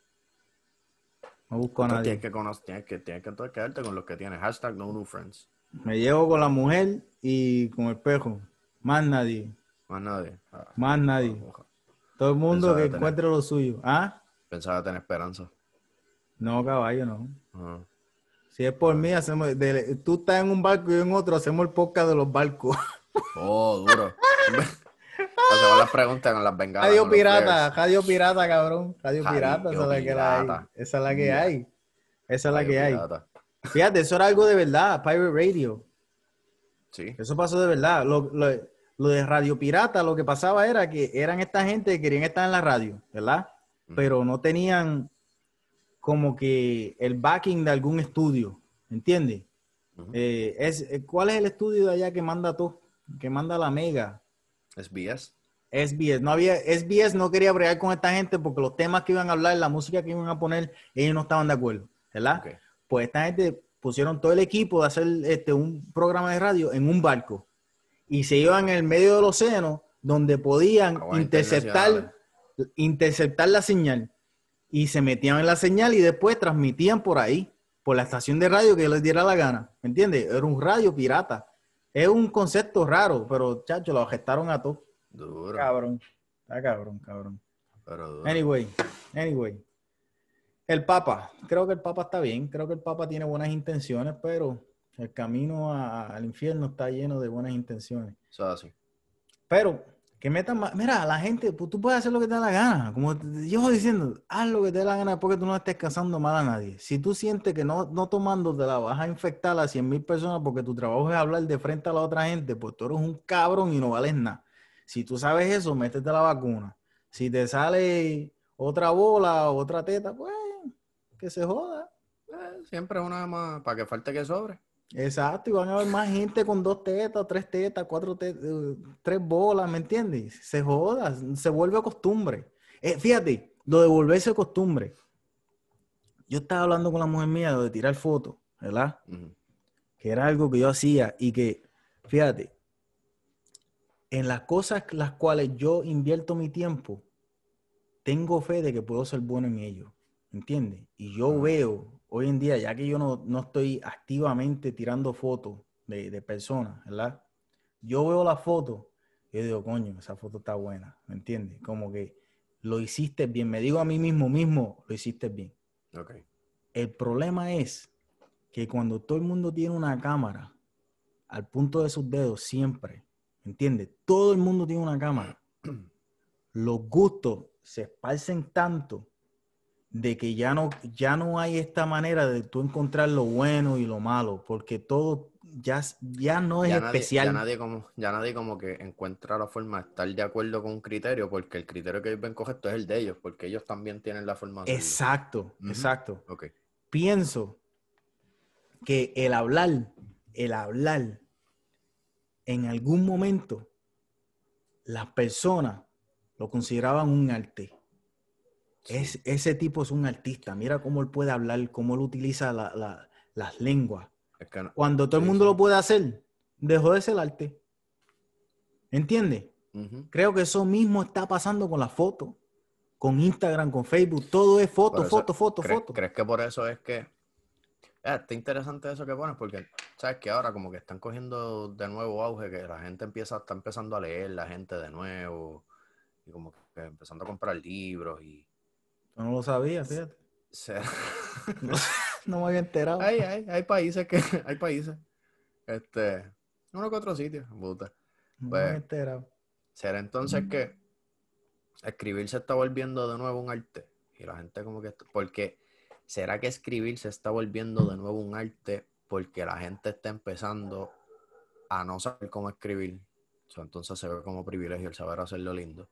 no busco a Entonces nadie. tienes que entonces quedarte con los que tienes. Hashtag no new friends. Me llevo con la mujer y con el pejo. Más nadie. Más nadie. Más nadie. Todo el mundo que encuentre lo suyo. ¿Ah? Pensaba tener esperanza. No, caballo, no. Ajá. Si es por mí, tú estás en un barco y yo en otro, hacemos el podcast de los barcos. Oh, duro. Hacemos las preguntas con las bengalas. Radio Con los pirata, flares. radio pirata, cabrón. Radio pirata, esa es la que la hay. Pirata. Esa es la que Yeah. hay. Esa es la Radio que hay. pirata. Fíjate, eso era algo de verdad, Pirate Radio. Sí. Eso pasó de verdad. Lo de Radio Pirata, lo que pasaba era que eran esta gente que querían estar en la radio, ¿verdad? Pero no tenían como que el backing de algún estudio, ¿entiendes? ¿Cuál es el estudio de allá que manda todo? Que manda la Mega. SBS. SBS no quería bregar con esta gente porque los temas que iban a hablar, la música que iban a poner, ellos no estaban de acuerdo, ¿verdad? Okay. Pues esta gente pusieron todo el equipo de hacer un programa de radio en un barco y se iban en el medio del océano donde podían interceptar la señal y se metían en la señal y después transmitían por ahí, por la estación de radio que les diera la gana, ¿me entiendes? Era un radio pirata. Es un concepto raro, pero chacho, lo gestaron a todos. Duro. Cabrón. Está cabrón. Pero duro. Anyway. El Papa. Creo que el Papa está bien. Creo que el Papa tiene buenas intenciones, pero el camino al infierno está lleno de buenas intenciones. Eso es así. Pero, Que metan más. Mira, la gente, pues tú puedes hacer lo que te da la gana. Como te llevo diciendo, haz lo que te dé la gana porque tú no estés causando mal a nadie. Si tú sientes que no tomándote la vas a infectar a 100,000 personas porque tu trabajo es hablar de frente a la otra gente, pues tú eres un cabrón y no vales nada. Si tú sabes eso, métete la vacuna. Si te sale otra bola o otra teta, pues que se joda. Siempre una más, para que falte que sobre. Exacto, y van a haber más gente con 2 tetas, 4 tetas, 3 bolas, ¿me entiendes? Se joda, se vuelve costumbre. Fíjate, lo de volverse costumbre. Yo estaba hablando con la mujer mía de tirar fotos, ¿verdad? Ujú. Que era algo que yo hacía y que, fíjate, en las cosas las cuales yo invierto mi tiempo, tengo fe de que puedo ser bueno en ello, ¿entiendes? Y yo Ajá. veo hoy en día, ya que yo no estoy activamente tirando fotos de personas, ¿verdad? Yo veo la foto y yo digo, coño, esa foto está buena, ¿me entiendes? Como que lo hiciste bien. Me digo a mí mismo, lo hiciste bien. Ok. El problema es que cuando todo el mundo tiene una cámara al punto de sus dedos siempre, ¿me entiendes? Todo el mundo tiene una cámara. Los gustos se esparcen tanto de que ya no hay esta manera de tú encontrar lo bueno y lo malo, porque todo ya no es especial. Ya nadie como que encuentra la forma de estar de acuerdo con un criterio, porque el criterio que ellos ven correcto es el de ellos, porque ellos también tienen la forma de hacerlo. Exacto, Ujú. exacto. Ok. Pienso que el hablar, en algún momento, las personas lo consideraban un arte. Sí. Ese tipo es un artista. Mira cómo él puede hablar, cómo él utiliza las lenguas. Es que no. Cuando todo el Sí, mundo sí. lo puede hacer, dejó de ser arte. ¿Entiendes? Ujú. Creo que eso mismo está pasando con las fotos, con Instagram, con Facebook. Todo es foto, Por eso, foto, foto, foto. ¿crees que por eso es que está interesante eso que pones? Porque sabes que ahora como que están cogiendo de nuevo auge, que la gente está empezando a leer la gente de nuevo, y como que empezando a comprar libros y Yo no lo sabía, fíjate. se- No, no me había enterado. hay países que, hay países, uno que otro sitio, puta. No me había Pues, enterado. ¿será entonces que escribir se está volviendo de nuevo un arte? Y la gente como que, porque, ¿será que escribir se está volviendo de nuevo un arte porque la gente está empezando a no saber cómo escribir? Entonces se ve como privilegio el saber hacerlo lindo.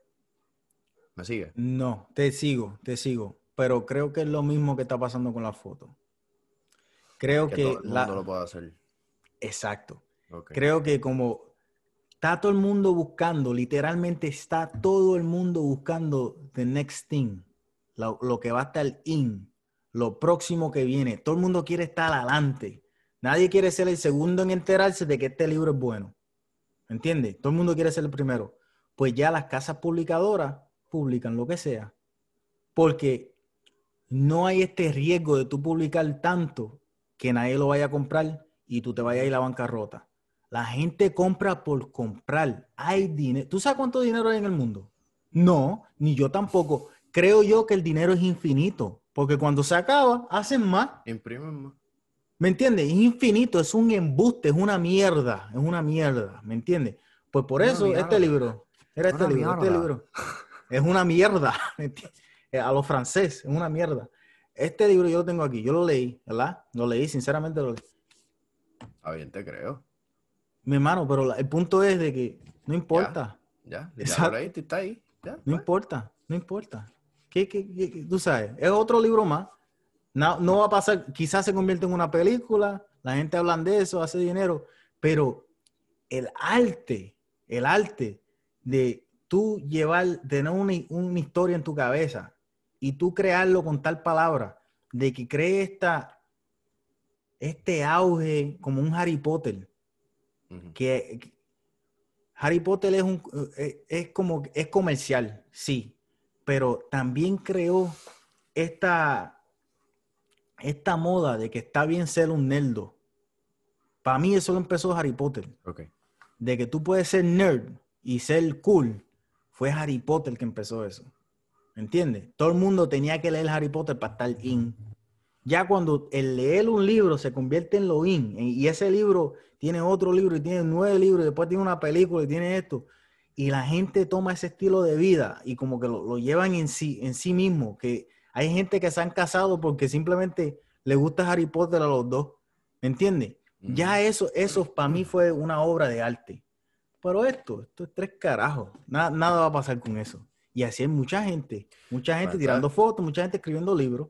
¿Me sigue? No, te sigo. Pero creo que es lo mismo que está pasando con las fotos. Creo Que todo que el mundo lo puede hacer. Exacto. Ok. Creo que como está todo el mundo buscando, literalmente está todo el mundo buscando the next thing, lo que va a estar in, lo próximo que viene. Todo el mundo quiere estar adelante. Nadie quiere ser el segundo en enterarse de que este libro es bueno. ¿Entiendes? Todo el mundo quiere ser el primero. Pues ya las casas publicadoras publican lo que sea. Porque no hay este riesgo de tú publicar tanto que nadie lo vaya a comprar y tú te vayas a Ujú. ir a la bancarrota. La gente compra por comprar. Hay dinero. ¿Tú sabes cuánto dinero hay en el mundo? No, ni yo tampoco. Creo yo que el dinero es infinito, porque cuando se acaba, hacen más. Imprimen más. ¿Me entiendes? Es infinito, es un embuste, es una mierda, ¿me entiendes? Pues por Una eso este mierda. libro, era Una este mierda. libro, es una mierda, ¿me entiendes? A los franceses, es una mierda. Este libro yo lo tengo aquí, yo lo leí, ¿verdad? Lo leí, sinceramente lo leí. A bien, te creo. Mi hermano, pero el punto es de que no Ya, importa, ya lo exacto, leíste, está ahí. Ya, no pues. importa, no importa. Tú sabes, es otro libro más. No, no va a pasar, quizás se convierte en una película, la gente habla de eso, hace dinero, pero el el arte de tú tener una historia en tu cabeza y tú crearlo con tal palabra, de que cree este auge como un Harry Potter, Ujú. que Harry Potter es comercial, sí, pero también creó esta, esta moda de que está bien ser un nerdo. Para mí eso lo empezó Harry Potter. Ok. De que tú puedes ser nerd y ser cool, fue Harry Potter que empezó eso. ¿Entiendes? Todo el mundo tenía que leer Harry Potter para estar in. Ya cuando el leer un libro se convierte en lo in, y ese libro tiene otro libro y tiene 9 libros, y después tiene una película y tiene esto, Y la gente toma ese estilo de vida y como que lo llevan en sí mismo, que hay gente que se han casado porque simplemente le gusta Harry Potter a los dos, ¿me entiendes? Ya eso para mí fue una obra de arte. Pero esto es tres carajos, nada va a pasar con eso. Y así hay mucha Pues gente tirando entonces, fotos, mucha gente escribiendo libros.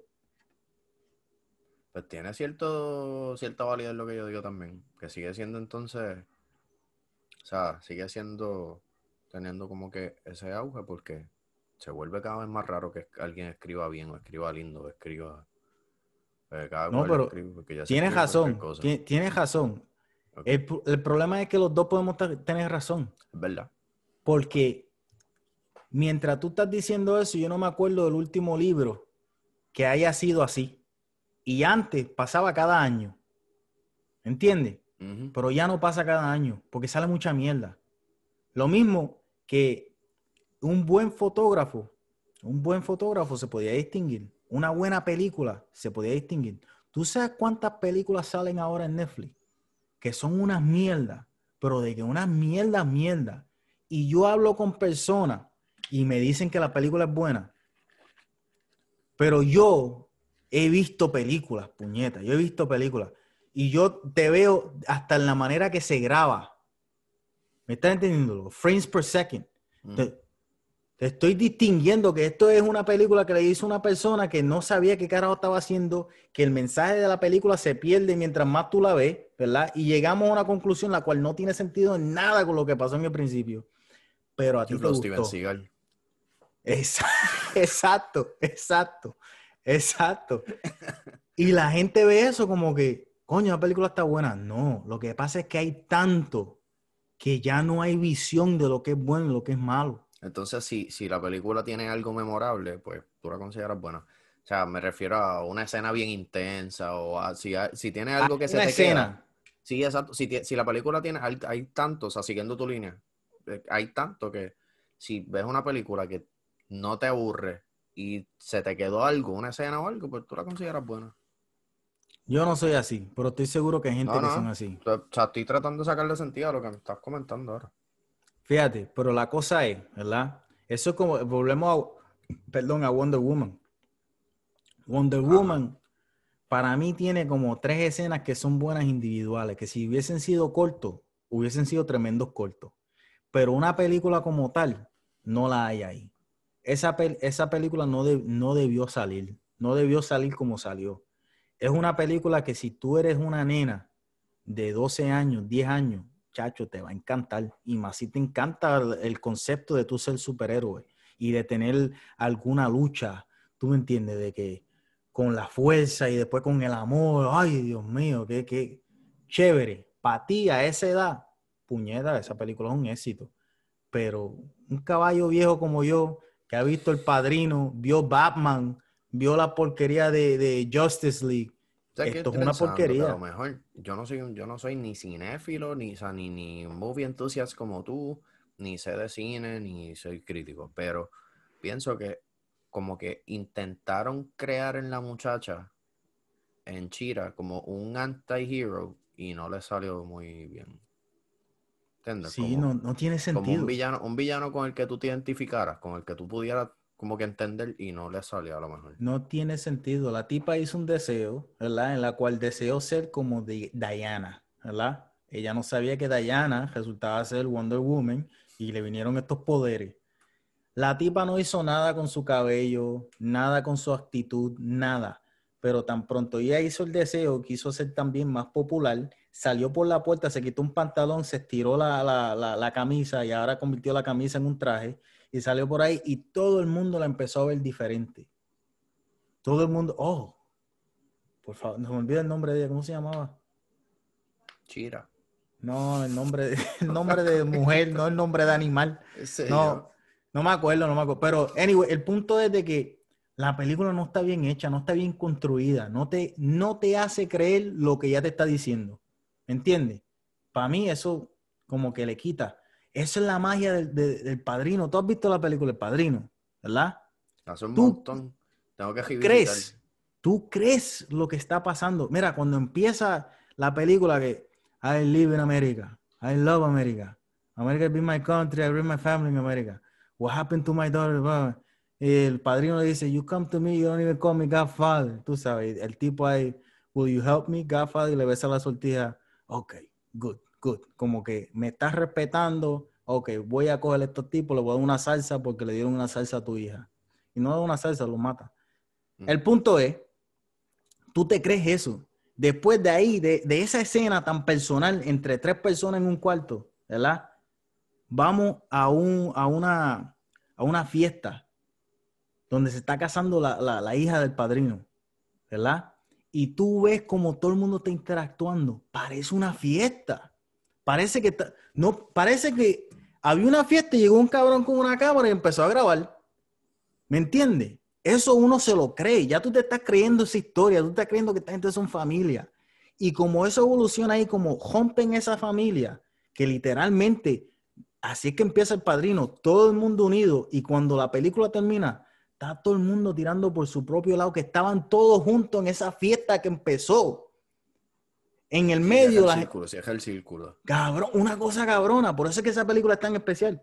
pues tiene cierta validez lo que yo digo también. Que sigue siendo entonces, o sea, sigue siendo, teniendo como que ese auge porque se vuelve cada vez más raro que alguien escriba bien o escriba lindo o escriba, cada No, cual pero escribe, porque ya se tienes escribe cualquier razón, cosa. tienes razón. Ok, El problema es que los dos podemos tener razón, es verdad. porque mientras tú estás diciendo eso, yo no me acuerdo del último libro que haya sido así. Y antes pasaba cada año, ¿entiendes? Ujú. Pero ya no pasa cada año, porque sale mucha mierda. Lo mismo que un buen fotógrafo se podía distinguir. Una buena película se podía distinguir. ¿Tú sabes cuántas películas salen ahora en Netflix? Que son unas mierdas, pero de que unas mierda. Y yo hablo con personas y me dicen que la película es buena, pero yo he visto películas, puñeta, yo he visto películas y yo te veo hasta en la manera que se graba. ¿Me estás entendiendo? Los frames per second. Ujú. Te, te estoy distinguiendo que esto es una película que le hizo una persona que no sabía qué carajo estaba haciendo, que el mensaje de la película se pierde mientras más tú la ves, ¿verdad? Y llegamos a una conclusión la cual no tiene sentido en nada con lo que pasó en el principio, pero a Sí, ti te Flow Steven gustó. Seagal. Exacto, exacto, exacto. Y la gente ve eso como que, coño, la película está buena. No, lo que pasa es que hay tanto que ya no hay visión de lo que es bueno y lo que es malo. Entonces, si la película tiene algo memorable, pues tú la consideras buena. O sea, me refiero a una escena bien intensa o si tiene Hay algo que se una te queda. escena. Sí, exacto. Si la película tiene, hay tanto, o sea, siguiendo tu línea, hay tanto que si ves una película que no te aburre y se te quedó algo, una escena o algo, pues tú la consideras buena. Yo no soy así, pero estoy seguro que hay gente No, que son no. así. O sea, estoy tratando de sacarle sentido a lo que me estás comentando ahora. Fíjate, pero la cosa es, ¿verdad? Eso es como, volvemos perdón, a Wonder Woman. Wonder Ajá. Woman, para mí tiene como tres escenas que son buenas individuales, que si hubiesen sido cortos, hubiesen sido tremendos cortos. Pero una película como tal, no la hay ahí. Esa película no debió salir, no debió salir como salió. Es una película que si tú eres una nena de 12 años, 10 años, chacho, te va a encantar. Y más si te encanta el concepto de tú ser superhéroe y de tener alguna lucha, tú me entiendes, de que con la fuerza y después con el amor, ay Dios mío, qué chévere. Para ti a esa edad, puñeta, esa película es un éxito. Pero un caballo viejo como yo, que ha visto El Padrino, vio Batman, vio la porquería de Justice League, Sé que esto es una interesante que a lo porquería. mejor yo no soy ni cinéfilo, ni, o sea, ni movie enthusiast como tú, ni sé de cine, ni soy crítico, pero pienso que como que intentaron crear en la muchacha, en Chira, como un anti-hero y no le salió muy bien. ¿Entiendes? Sí, no tiene Como sentido. un villano con el que tú te identificaras, con el que tú pudieras como que entender y no le salió a lo mejor. No tiene sentido. La tipa hizo un deseo, ¿verdad? En la cual deseó ser como Diana, ¿verdad? Ella no sabía que Diana resultaba ser Wonder Woman y le vinieron estos poderes. La tipa no hizo nada con su cabello, nada con su actitud, nada. Pero tan pronto ella hizo el deseo, quiso ser también más popular, salió por la puerta, se quitó un pantalón, se estiró la camisa y ahora convirtió la camisa en un traje y salió por ahí y todo el mundo la empezó a ver diferente. Todo el mundo, oh, por favor, no me olvida el nombre de ella, ¿cómo se llamaba? Chira. No, el nombre de mujer, no el nombre de animal. ¿Qué sé yo? No, no me acuerdo. Pero, anyway, el punto es de que la película no está bien hecha, no está bien construida, no te hace creer lo que ya te está diciendo. ¿Me entiendes? Para mí eso como que le quita. Esa es la magia del Padrino. Tú has visto la película El Padrino, ¿verdad? Hace un Tú montón. Tengo que revisitar. crees, tú crees lo que está pasando. Mira, cuando empieza la película que I live in America, I love America, America be my country, I raise my family in America. What happened to my daughter? Blah. El padrino le dice, you come to me, you don't even call me Godfather. Tú sabes, el tipo ahí, will you help me, Godfather? Y le besa la sortija. Ok, good, good. Como que me estás respetando. Ok, voy a coger a estos tipos, le voy a dar una salsa porque le dieron una salsa a tu hija. Y no da una salsa, lo mata. El punto es, tú te crees eso. Después de ahí, de esa escena tan personal entre 3 personas en un cuarto, ¿verdad? Vamos a una fiesta donde se está casando la hija del padrino, ¿verdad? Y tú ves como todo el mundo está interactuando. Parece una fiesta. Parece que no, parece que había una fiesta y llegó un cabrón con una cámara y empezó a grabar. ¿Me entiendes? Eso uno se lo cree. Ya tú te estás creyendo esa historia. Tú estás creyendo que esta gente son familia. Y como eso evoluciona ahí, como rompen esa familia, que literalmente, así es que empieza El Padrino, todo el mundo unido. Y cuando la película termina, está todo el mundo tirando por su propio lado, que estaban todos juntos en esa fiesta que empezó. En el medio, se deja el círculo. Cabrón, una cosa cabrona. Por eso es que esa película es tan especial.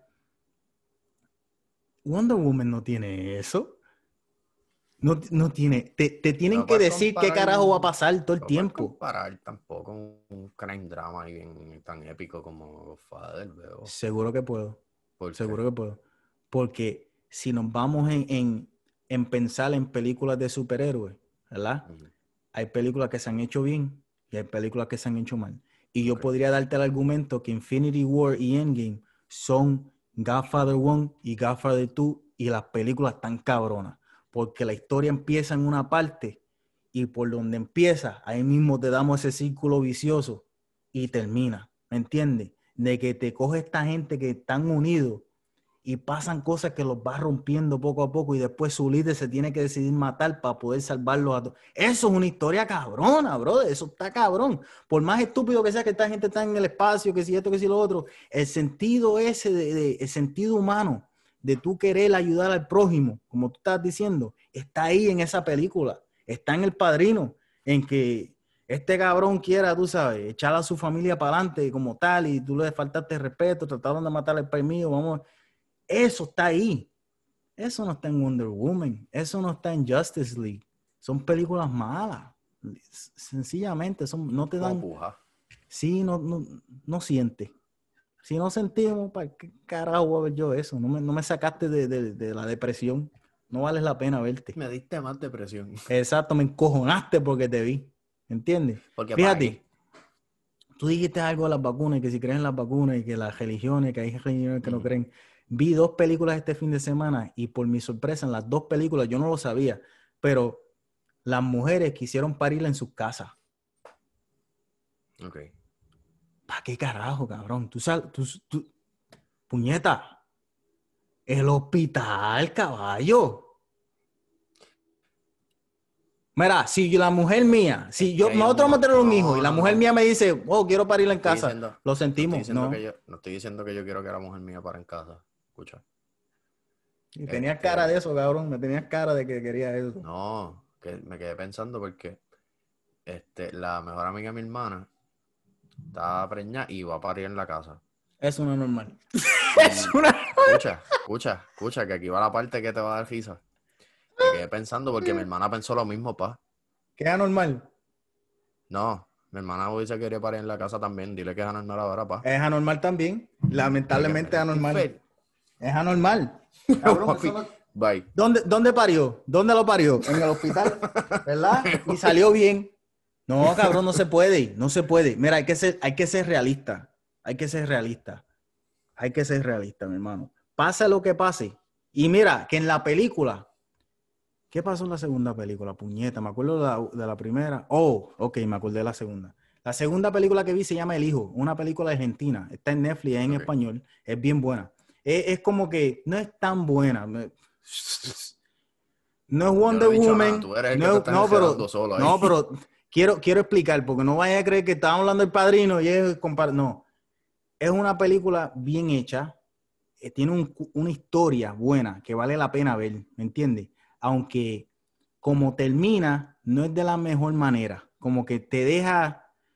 Wonder Woman no tiene eso. No tiene. Te tienen que decir qué carajo va a pasar todo el tiempo. No comparar tampoco un crime drama tan épico como Godfather, veo. Seguro que puedo. Seguro que puedo. Porque si nos vamos en pensar en películas de superhéroes, ¿verdad? Hay películas que se han hecho bien y hay películas que se han hecho mal. Y yo podría darte el argumento que Infinity War y Endgame son Godfather 1 y Godfather 2 y las películas están cabronas. Porque la historia empieza en una parte y por donde empieza, ahí mismo te damos ese círculo vicioso y termina. ¿Me entiendes? De que te coge esta gente que están unidos y pasan cosas que los va rompiendo poco a poco y después su líder se tiene que decidir matar para poder salvarlos a todos. Eso es una historia cabrona, brother. Eso está cabrón. Por más estúpido que sea que esta gente está en el espacio, que si esto, que si lo otro, el sentido ese el sentido humano de tú querer ayudar al prójimo, como tú estás diciendo, está ahí en esa película. Está en El Padrino, en que este cabrón quiera, tú sabes, echar a su familia para adelante como tal y tú le faltaste respeto, trataron de matar al país mío, vamos. Eso está ahí. Eso no está en Wonder Woman. Eso no está en Justice League. Son películas malas. Sencillamente, no te dan... Sí, no sientes. Si no sentimos, ¿para qué carajo voy a ver yo eso? No me sacaste de la depresión. No vale la pena verte. Me diste más depresión. Exacto, me encojonaste porque te vi. ¿Entiendes? Porque fíjate, tú dijiste algo de las vacunas, que si creen en las vacunas y que las religiones, que hay religiones que no creen. Vi 2 películas este fin de semana y por mi sorpresa en las 2 películas, yo no lo sabía, pero las mujeres quisieron parir en sus casas. Ok. ¿Para qué carajo, cabrón? Puñeta, el hospital, caballo. Mira, si la mujer mía, nosotros vamos a tener un hijo y la mujer mía me dice, oh, quiero parirla en casa, lo sentimos, no estoy diciendo que yo quiero que la mujer mía pare en casa. Escucha. Y tenías cara de eso, cabrón. Me tenías cara de que quería eso. No, que me quedé pensando porque la mejor amiga de mi hermana estaba preñada y iba a parir en la casa. Eso no es normal. Escucha, que aquí va la parte que te va a dar risa. Me quedé pensando porque mi hermana pensó lo mismo, pa. ¿Qué es anormal? No, mi hermana hoy se quería parir en la casa también. Dile que es anormal ahora, pa. Es anormal también. Lamentablemente es anormal. Es anormal. Cabrón, Bye. ¿Dónde parió? ¿Dónde lo parió? En el hospital, ¿verdad? Y salió bien. No, cabrón, no se puede. No se puede. Mira, hay que ser realista. Hay que ser realista. Hay que ser realista, mi hermano. Pase lo que pase. Y mira, que en la película... ¿Qué pasó en la segunda película? Puñeta, me acuerdo de la primera. Oh, ok, me acordé de la segunda. La segunda película que vi se llama El Hijo, una película argentina. Está en Netflix, es en español. Es bien buena. Es como que no es tan buena. No es Wonder Woman. No, pero quiero explicar, porque no vaya a creer que estamos hablando del Padrino y es no. Es una película bien hecha. Tiene una historia buena que vale la pena ver, ¿me entiendes? Aunque como termina, no es de la mejor manera. Como que te deja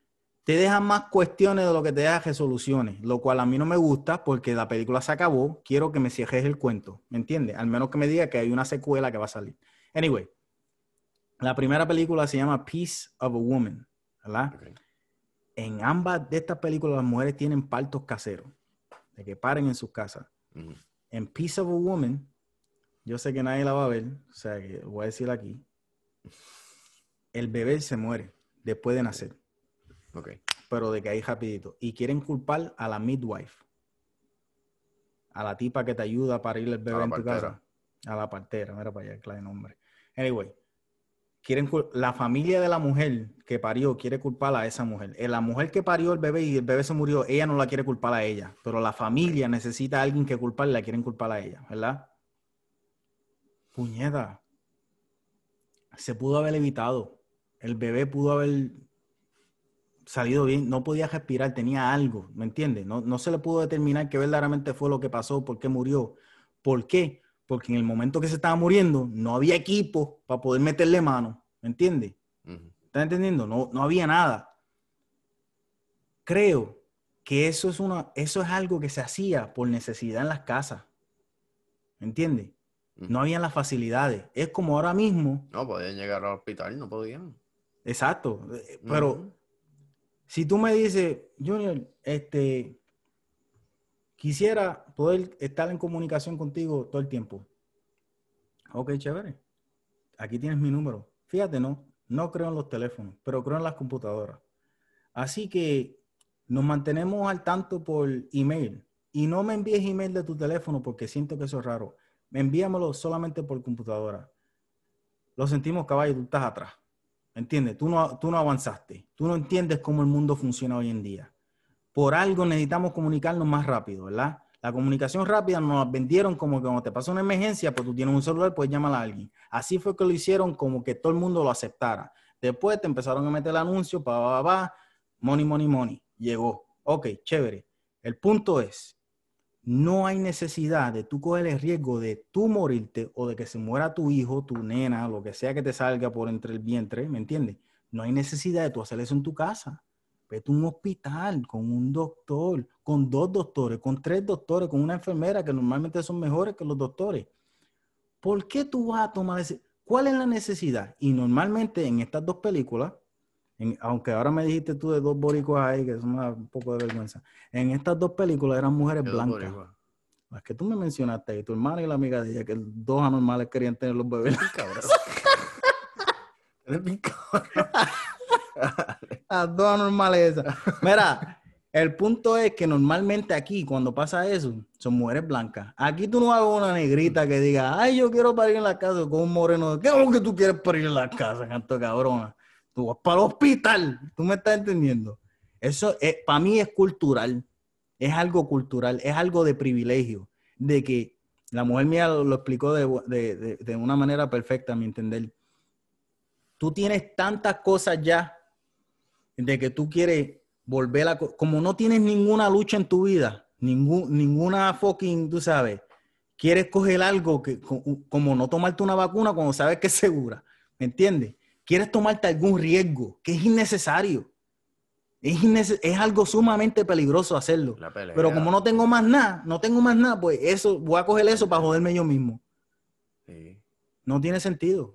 te dejan más cuestiones de lo que te deja resoluciones, lo cual a mí no me gusta porque la película se acabó, quiero que me cierres el cuento, ¿me entiendes? Al menos que me diga que hay una secuela que va a salir. Anyway, la primera película se llama Piece of a Woman, ¿verdad? Okay. En ambas de estas películas las mujeres tienen partos caseros, de que paren en sus casas. Uh-huh. En Piece of a Woman, yo sé que nadie la va a ver, o sea que voy a decir aquí, el bebé se muere después de nacer. Okay. Pero de que ahí rapidito. Y quieren culpar a la midwife, a la tipa que te ayuda a parir el bebé en tu casa. A la partera, mira para allá, clave nombre. Anyway, la familia de la mujer que parió quiere culpar a esa mujer. La mujer que parió el bebé y el bebé se murió, ella no la quiere culpar a ella, pero la familia necesita a alguien que culpar y la quieren culpar a ella, ¿verdad? Puñeta. Se pudo haber evitado. El bebé pudo haber salido bien, no podía respirar, tenía algo, ¿me entiendes? No se le pudo determinar qué verdaderamente fue lo que pasó, por qué murió. ¿Por qué? Porque en el momento que se estaba muriendo no había equipo para poder meterle mano, ¿me entiendes? Uh-huh. ¿Estás entendiendo? No había nada. Creo que eso es algo que se hacía por necesidad en las casas, ¿me entiendes? Uh-huh. No habían las facilidades. Es como ahora mismo. No podían llegar al hospital, no podían. Exacto, pero Uh-huh. si tú me dices, Junior, quisiera poder estar en comunicación contigo todo el tiempo. Ok, chévere. Aquí tienes mi número. Fíjate, no creo en los teléfonos, pero creo en las computadoras. Así que nos mantenemos al tanto por email. Y no me envíes email de tu teléfono porque siento que eso es raro. Envíamelo solamente por computadora. Lo sentimos, caballo, tú estás atrás. ¿Entiendes? Tú no avanzaste. Tú no entiendes cómo el mundo funciona hoy en día. Por algo necesitamos comunicarnos más rápido, ¿verdad? La comunicación rápida nos la vendieron como que cuando te pasa una emergencia, pues tú tienes un celular, puedes llamar a alguien. Así fue que lo hicieron como que todo el mundo lo aceptara. Después te empezaron a meter el anuncio, money. Llegó. Ok, chévere. El punto es, no hay necesidad de tú coger el riesgo de tú morirte o de que se muera tu hijo, tu nena, lo que sea que te salga por entre el vientre, ¿me entiendes? No hay necesidad de tú hacer eso en tu casa. Vete a un hospital con un doctor, con 2 doctores, con 3 doctores, con una enfermera que normalmente son mejores que los doctores. ¿Por qué tú vas a tomar ese? ¿Cuál es la necesidad? Y normalmente en estas 2 películas, aunque ahora me dijiste tú de 2 boricuas ahí, que es un poco de vergüenza, en estas 2 películas eran mujeres blancas. Las que tú me mencionaste, tu hermana y la amiga de ella, que 2 anormales querían tener los bebés. Cabrón. Eres bien cabrón. Las 2 anormales esas. Mira, el punto es que normalmente aquí, cuando pasa eso, son mujeres blancas. Aquí tú no vas a ver una negrita que diga, ay, yo quiero parir en la casa con un moreno. ¿Qué es lo que tú quieres parir en la casa, canto cabrona? Tú vas para el hospital. ¿Tú me estás entendiendo? Eso para mí es cultural. Es algo cultural. Es algo de privilegio. De que la mujer mía lo explicó de una manera perfecta, a mi entender. Tú tienes tantas cosas ya de que tú quieres volver a... Como no tienes ninguna lucha en tu vida, ninguna fucking, tú sabes, quieres coger algo que, como no tomarte una vacuna cuando sabes que es segura, ¿me entiendes? Quieres tomarte algún riesgo que es innecesario. Es algo sumamente peligroso hacerlo. Pero como no tengo más nada, pues eso, voy a coger eso para joderme yo mismo. Sí. No tiene sentido.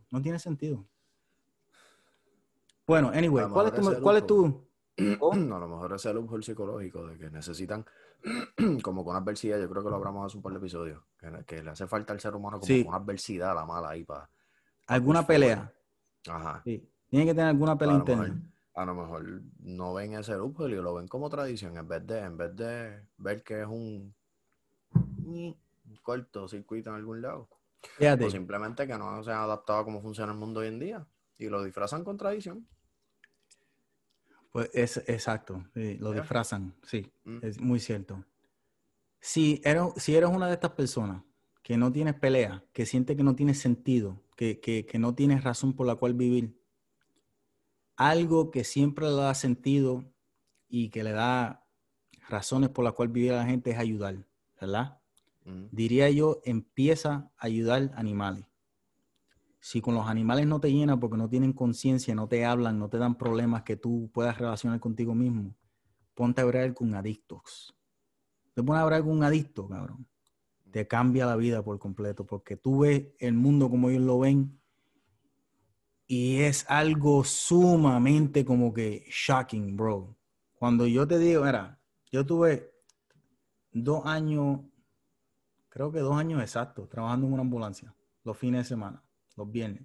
Bueno, anyway, ¿cuál es tu? A lo mejor ese loophole psicológico de que necesitan como con una adversidad, yo creo que lo hablamos hace un par de episodios, que le hace falta al ser humano como Sí. con una adversidad a la mala ahí para ¿Alguna pelea? Ajá. Sí. Tiene que tener alguna pelea interna. A lo mejor no ven ese loophole y lo ven como tradición en vez de ver que es un cortocircuito en algún lado. Fíjate. O simplemente que no se han adaptado a cómo funciona el mundo hoy en día y lo disfrazan con tradición. Pues es exacto, sí, lo disfrazan, sí, es muy cierto. Si eres una de estas personas que no tienes pelea, que siente que no tiene sentido, que no tienes razón por la cual vivir, algo que siempre le da sentido y que le da razones por las cuales vivir a la gente es ayudar, ¿verdad? Diría yo, empieza a ayudar animales. Si con los animales no te llena porque no tienen conciencia, no te hablan, no te dan problemas que tú puedas relacionar contigo mismo, ponte a hablar con adictos. Te pones a hablar con un adicto, cabrón. Te cambia la vida por completo porque tú ves el mundo como ellos lo ven y es algo sumamente como que shocking, bro. Cuando yo te digo, mira, yo tuve 2 años, creo que 2 años exactos, trabajando en una ambulancia, los fines de semana, los viernes.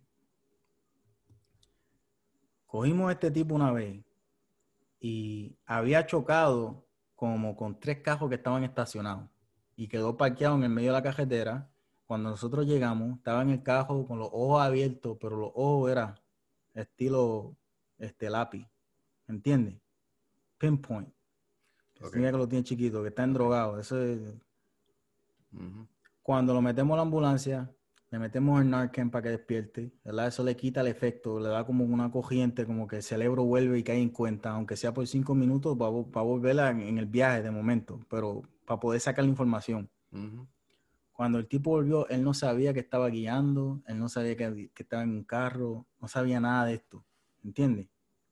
Cogimos a este tipo una vez y había chocado como con 3 cajos que estaban estacionados y quedó parqueado en el medio de la carretera. Cuando nosotros llegamos, estaba en el cajo con los ojos abiertos, pero los ojos eran estilo lápiz, ¿entiendes? Pinpoint. Que Ok. significa que lo tiene chiquito, que está endrogado. Eso es. Ujú. Cuando lo metemos a la ambulancia, le metemos el Narcan para que despierte, ¿verdad? Eso le quita el efecto, le da como una corriente, como que el cerebro vuelve y cae en cuenta, aunque sea por 5 minutos, para volverla en el viaje de momento, pero para poder sacar la información. Ujú. Cuando el tipo volvió, él no sabía que estaba guiando, él no sabía que estaba en un carro, no sabía nada de esto, ¿entiendes?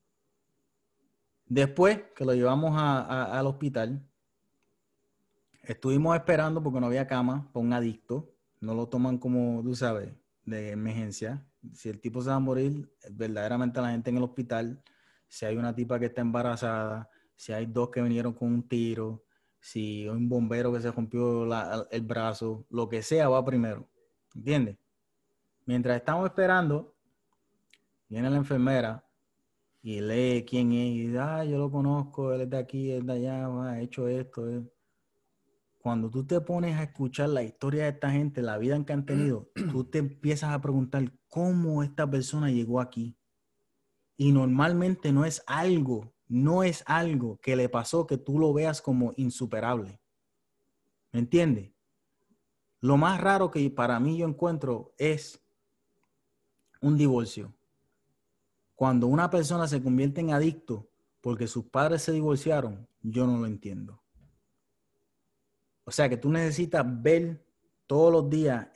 Después que lo llevamos al hospital, estuvimos esperando porque no había cama para un adicto. No lo toman como, tú sabes, de emergencia. Si el tipo se va a morir, verdaderamente la gente en el hospital, si hay una tipa que está embarazada, si hay dos que vinieron con un tiro, si hay un bombero que se rompió el brazo, lo que sea va primero. ¿Entiendes? Mientras estamos esperando, viene la enfermera y lee quién es y dice, yo lo conozco, él es de aquí, él es de allá, ha hecho esto. Cuando tú te pones a escuchar la historia de esta gente, la vida que han tenido, tú te empiezas a preguntar cómo esta persona llegó aquí. Y normalmente no es algo que le pasó que tú lo veas como insuperable. ¿Me entiendes? Lo más raro que para mí yo encuentro es un divorcio. Cuando una persona se convierte en adicto porque sus padres se divorciaron, yo no lo entiendo. O sea que tú necesitas ver todos los días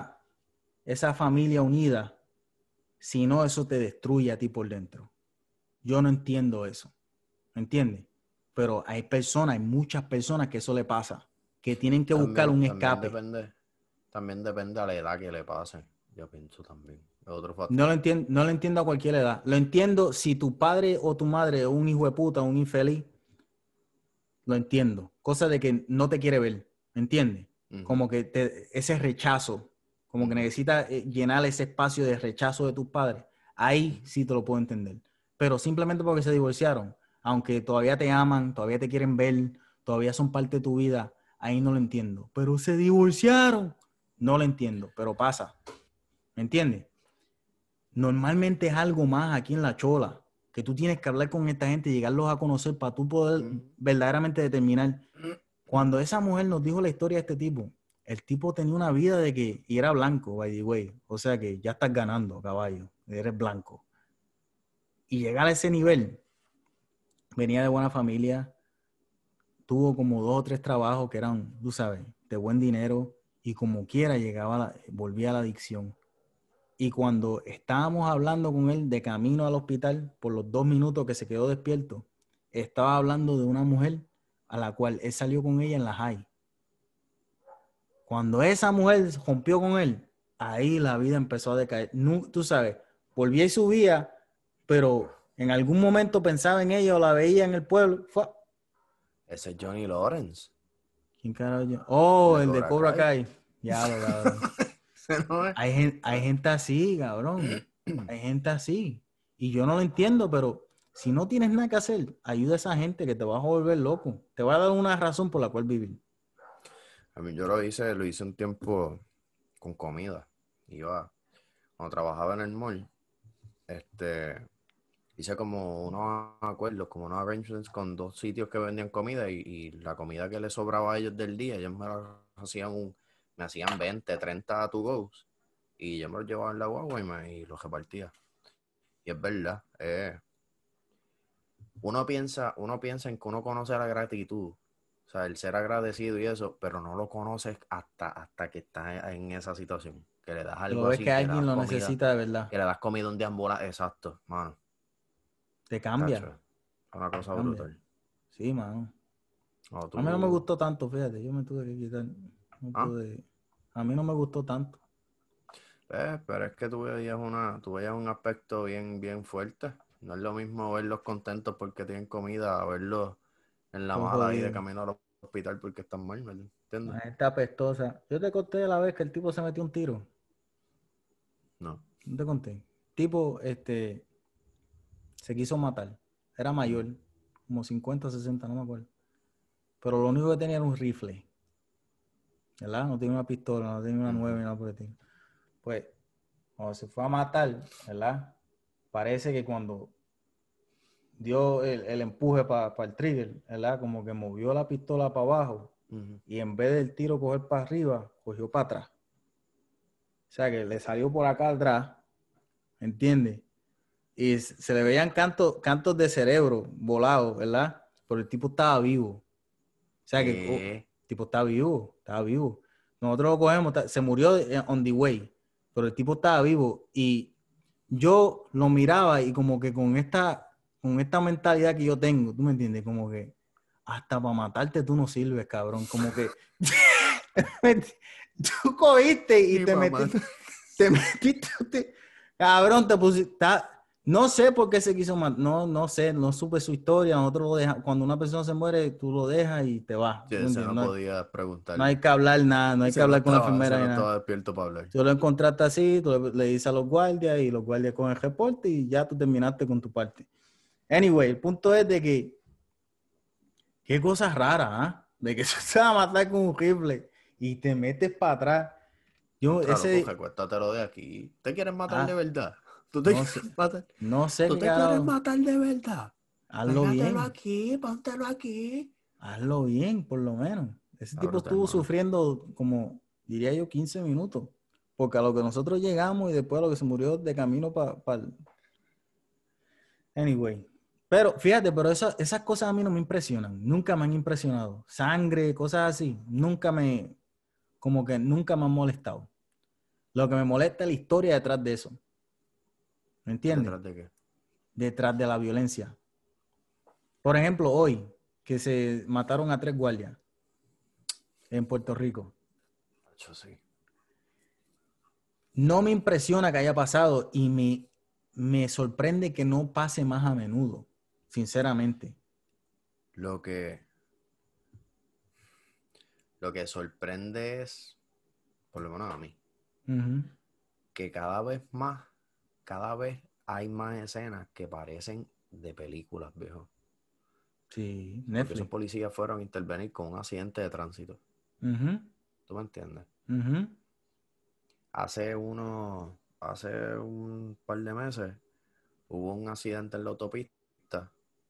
esa familia unida. Si no, eso te destruye a ti por dentro. Yo no entiendo eso. ¿Me entiendes? Pero hay muchas personas que eso le pasa, que tienen que buscar También, un también escape. depende, también depende a la edad que le pase. Yo pienso también. Es otro No factor. lo entiendo a cualquier edad. Lo entiendo si tu padre o tu madre es un hijo de puta, un infeliz, lo entiendo. Cosa de que no te quiere ver. ¿Me entiendes? Ujú. Como que ese rechazo, como que Ujú. necesitas llenar ese espacio de rechazo de tus padres. Ahí Ujú. sí te lo puedo entender. Pero simplemente porque se divorciaron, aunque todavía te aman, todavía te quieren ver, todavía son parte de tu vida, ahí no lo entiendo. Pero se divorciaron. No lo entiendo, pero pasa. ¿Me entiendes? Normalmente es algo más aquí en la chola, que tú tienes que hablar con esta gente y llegarlos a conocer para tú poder verdaderamente determinar. Cuando esa mujer nos dijo la historia de este tipo, el tipo tenía una vida de que, y era blanco, by the way, o sea que ya estás ganando, caballo, eres blanco. Y llegar a ese nivel, venía de buena familia, tuvo como 2 o 3 trabajos que eran, tú sabes, de buen dinero, y como quiera volvía a la adicción. Y cuando estábamos hablando con él de camino al hospital, por los 2 minutos que se quedó despierto, estaba hablando de una mujer a la cual él salió con ella en la high. Cuando esa mujer rompió con él, ahí la vida empezó a decaer. No, tú sabes, volvía y subía, pero en algún momento pensaba en ella o la veía en el pueblo. Ese es Johnny Lawrence, ¿Quién carajo yo? el Oh, de el de Cobra Cobra Kai. Kai. Ya lo, cabrón. Ese no es. Hay gente así, cabrón. Hay gente así. Y yo no lo entiendo, pero si no tienes nada que hacer, ayuda a esa gente que te vas a volver loco. Te va a dar una razón por la cual vivir. A mí yo lo hice un tiempo con comida. Cuando trabajaba en el mall, hice como unos acuerdos, como unos arrangements con 2 sitios que vendían comida y la comida que les sobraba a ellos del día, ellos me hacían 20, 30 to goes y yo me los llevaba en la guagua y los repartía. Y es verdad, uno piensa en que uno conoce la gratitud, o sea, el ser agradecido y eso, pero no lo conoces hasta que estás en esa situación. que le das Que lo algo ves así, que que le alguien das lo comida, necesita de verdad. que le das comida un deambulante, exacto, mano, Te tacho, cambia. es una Te cosa cambia. brutal. Sí, mano. No, A mí no me tú, gustó tanto, fíjate. Yo me tuve que quitar. No ah, pude. A mí no me gustó tanto. pero es que tú veías un aspecto bien, bien fuerte. No es lo mismo verlos contentos porque tienen comida a verlos en la Todo mala ahí de jodido. camino al hospital porque están mal, ¿me entiendes? La gente apestosa. Yo te conté la vez que el tipo se metió un tiro. No. No te conté. Tipo, se quiso matar. Era mayor. Ujú, Como 50 60 no me acuerdo. Pero lo único que tenía era un rifle. ¿Verdad? No tenía una pistola, no tenía una ujú, 9 ni nada por el estilo. Pues, cuando se fue a matar, ¿verdad? Parece que cuando dio el empuje para el trigger, ¿verdad? Como que movió la pistola para abajo ujú. y en vez del tiro coger para arriba, cogió para atrás. O sea que le salió por acá atrás, ¿entiendes? Y se le veían cantos de cerebro volados, ¿verdad? Pero el tipo estaba vivo. O sea que ¿Qué? el tipo estaba vivo, estaba vivo. Nosotros lo cogemos, se murió on the way, pero el tipo estaba vivo y yo lo miraba y como que con esta mentalidad que yo tengo, ¿tú me entiendes? Como que hasta para matarte tú no sirves, cabrón. Como que tú cogiste y Ni pa' matar. te metiste, cabrón, te pusiste, no sé por qué se quiso matar, no sé, no supe su historia, nosotros lo dejamos, cuando una persona se muere, tú lo dejas y te vas, Sí, ¿tú me ese entiendes? no podía No preguntarle. hay que hablar nada, no hay que hablar con la Ese enfermera no ni nada. estaba despierto para hablar. Tú lo encontraste así, tú le dices a los guardias y los guardias con el reporte y ya tú terminaste con tu parte. Anyway, el punto es de que, qué cosa rara, ¿ah? De que se va a matar con un rifle y te metes para atrás. Yo, Contra, loco, recuértatelo de aquí. ¿Te quieres matar de ah, verdad? ¿Tú te no quieres sé, matar? no sé ¿Tú qué te quieres carajo. matar de verdad? Hazlo Pégatelo bien, aquí, póntelo aquí. hazlo bien, por lo menos. Ese Está tipo brutal, estuvo mano. sufriendo como, diría yo, 15 minutos. Porque a lo que nosotros llegamos y después a lo que se murió de camino para... Anyway. Pero fíjate, pero esas cosas a mí no me impresionan. Nunca me han impresionado. Sangre, cosas así. Como que nunca me han molestado. Lo que me molesta es la historia detrás de eso. ¿Me entiendes? ¿Detrás de qué? Detrás de la violencia. Por ejemplo, hoy, que se mataron a 3 guardias en Puerto Rico. Yo sí. No me impresiona que haya pasado y me sorprende que no pase más a menudo, sinceramente. Lo que, lo que sorprende es, por lo menos a mí, Ujú. que cada vez hay más escenas que parecen de películas, viejo. Sí, Porque esos Netflix. policías fueron a intervenir con un accidente de tránsito. Ujú, ¿Tú me entiendes? ujú. Hace un par de meses hubo un accidente en la autopista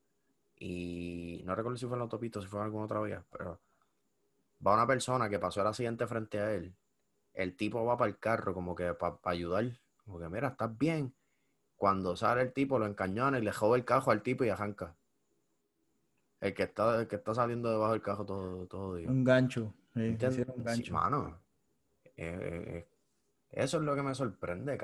y no recuerdo si fue en la autopista o si fue en alguna otra vía, pero va una persona que pasó el accidente frente a él. El tipo va para el carro como que para ayudar, como que mira, estás bien. Cuando sale el tipo lo encañona y le joda el cajo al tipo y arranca. El que está saliendo debajo del cajo todo día. Un gancho. ¿Entiendes? Hicieron un Sí, gancho. mano. Eso es lo que me sorprende.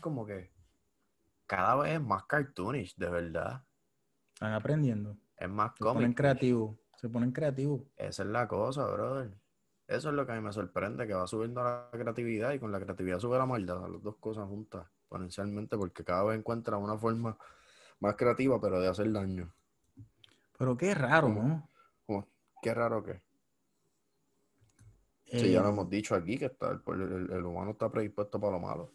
Cada vez es más cartoonish, de verdad. Están aprendiendo. Es más Se ponen comic-ish. creativos. Se ponen creativos. Esa es la cosa, brother. Eso es lo que a mí me sorprende, que va subiendo la creatividad y con la creatividad sube la maldad, las dos cosas juntas, exponencialmente, porque cada vez encuentra una forma más creativa, pero de hacer daño. Pero qué raro, Como, ¿no? como, qué raro que. Si ya lo Eh, hemos dicho aquí, que el humano está predispuesto para lo malo.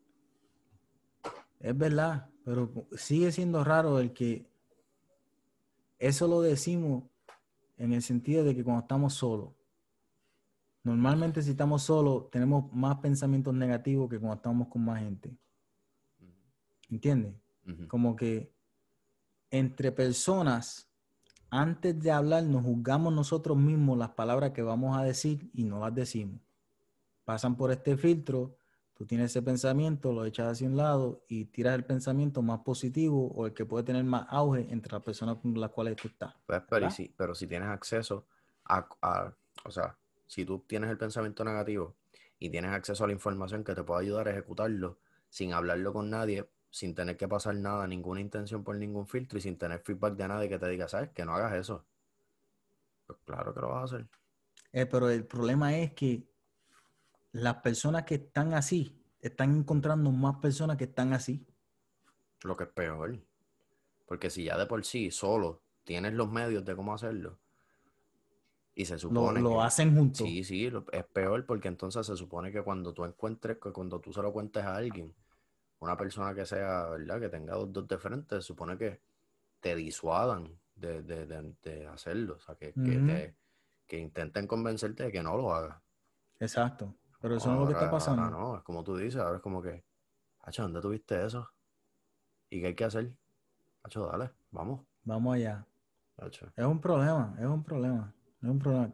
es verdad, pero sigue siendo raro el que eso lo decimos en el sentido de que cuando estamos solos. Normalmente si estamos solos tenemos más pensamientos negativos que cuando estamos con más gente. ¿Entiendes? Ujú. Como que entre personas, antes de hablar, nos juzgamos nosotros mismos las palabras que vamos a decir y no las decimos. Pasan por este filtro, tú tienes ese pensamiento, lo echas hacia un lado y tiras el pensamiento más positivo o el que puede tener más auge entre las personas con las cuales tú estás, Pues, ¿verdad? pero si tienes acceso a, o sea, si tú tienes el pensamiento negativo y tienes acceso a la información que te puede ayudar a ejecutarlo sin hablarlo con nadie, sin tener que pasar nada, ninguna intención por ningún filtro y sin tener feedback de nadie que te diga, ¿sabes? Que no hagas eso. Pues claro que lo vas a hacer. Pero el problema es que las personas que están así, están encontrando más personas que están así. Lo que es peor. Porque si ya de por sí solo tienes los medios de cómo hacerlo y se supone Lo que hacen juntos. sí, sí, es peor porque entonces se supone que cuando tú encuentres, que cuando tú se lo cuentes a alguien, una persona que sea, ¿verdad? Que tenga dos de frente, se supone que te disuadan de hacerlo. O sea, Ujú. que intenten convencerte de que no lo hagas. Exacto. Pero No, eso no es lo que está ahora pasando. no, es como tú dices, ahora es como que, hacho, ¿dónde tuviste eso? ¿Y qué hay que hacer? Hacho, dale, vamos. Vamos allá. Hacho. Es un problema, es un problema, es un problema.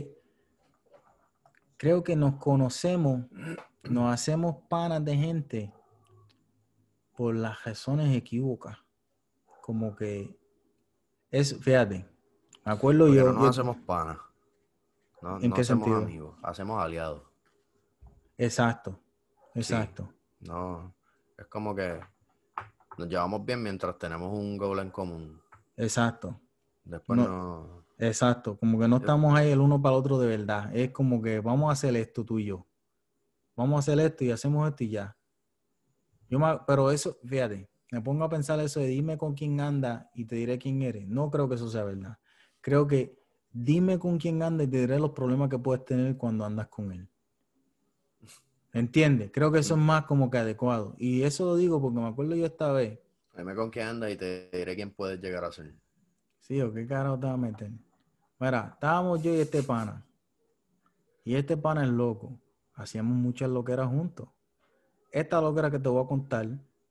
Creo que nos conocemos, nos hacemos panas de gente por las razones equívocas. Como que es, fíjate, me acuerdo Porque no yo, nos hacemos panas, no, ¿en no qué hacemos sentido? amigos, hacemos aliados. Exacto, Sí, exacto, no, es como que nos llevamos bien mientras tenemos un goal en común. exacto. Después No, no. exacto, como que no Yo- estamos ahí el uno para el otro de verdad. Es como que vamos a hacer esto tú y yo. Vamos a hacer esto y hacemos esto y ya. Pero eso, fíjate, me pongo a pensar eso de dime con quién anda y te diré quién eres. No creo que eso sea verdad. Creo que dime con quién anda y te diré los problemas que puedes tener cuando andas con él. ¿Entiendes? Creo que eso es Mm, más como que adecuado. Y eso lo digo porque me acuerdo yo esta vez. Dime con quién andas y te diré quién puedes llegar a ser. Sí, o qué carajo te vas a meter. Mira, estábamos yo y este pana. Y este pana es loco. Hacíamos muchas loqueras juntos. Esta loquera que te voy a contar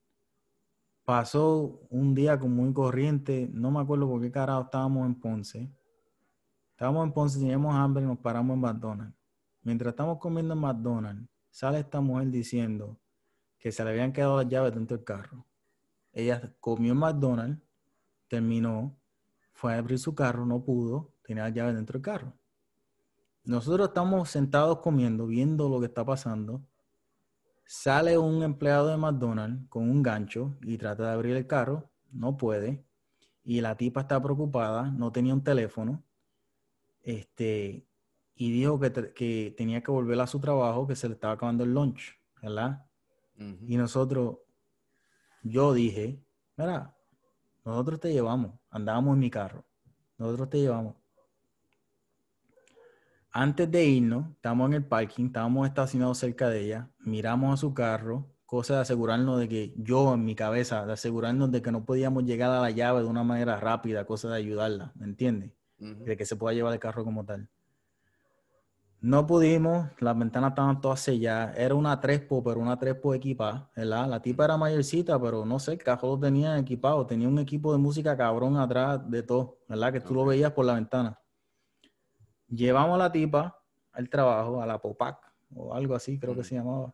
pasó un día común y corriente. No me acuerdo por qué carajo estábamos en Ponce. Estábamos en Ponce, teníamos hambre y nos paramos en McDonald's. Mientras estamos comiendo en McDonald's, sale esta mujer diciendo que se le habían quedado las llaves dentro del carro. Ella comió en McDonald's, terminó, fue a abrir su carro, no pudo, tenía las llaves dentro del carro. Nosotros estamos sentados comiendo, viendo lo que está pasando. Sale un empleado de McDonald's con un gancho y trata de abrir el carro, no puede. Y la tipa está preocupada, no tenía un teléfono. Y dijo que tenía que volver a su trabajo, que se le estaba acabando el lunch, ¿verdad? Ujú. Y yo dije, mira, nosotros te llevamos, andábamos en mi carro, nosotros te llevamos. Antes de irnos, estamos en el parking, estábamos estacionados cerca de ella, miramos a su carro, cosa de asegurarnos de que yo en mi cabeza, de asegurarnos de que no podíamos llegar a la llave de una manera rápida, cosa de ayudarla, ¿me entiendes? Ujú. De que se pueda llevar el carro como tal. No pudimos, las ventanas estaban todas selladas. Era una Trespo, pero una Trespo equipada, ¿verdad? La tipa era mayorcita, pero no sé, el carro lo tenía equipado. Tenía un equipo de música cabrón atrás de todo, ¿verdad? Que tú lo Ok. veías por la ventana. Llevamos a la tipa al trabajo, a la Popac, o algo así, creo que Mm. se llamaba.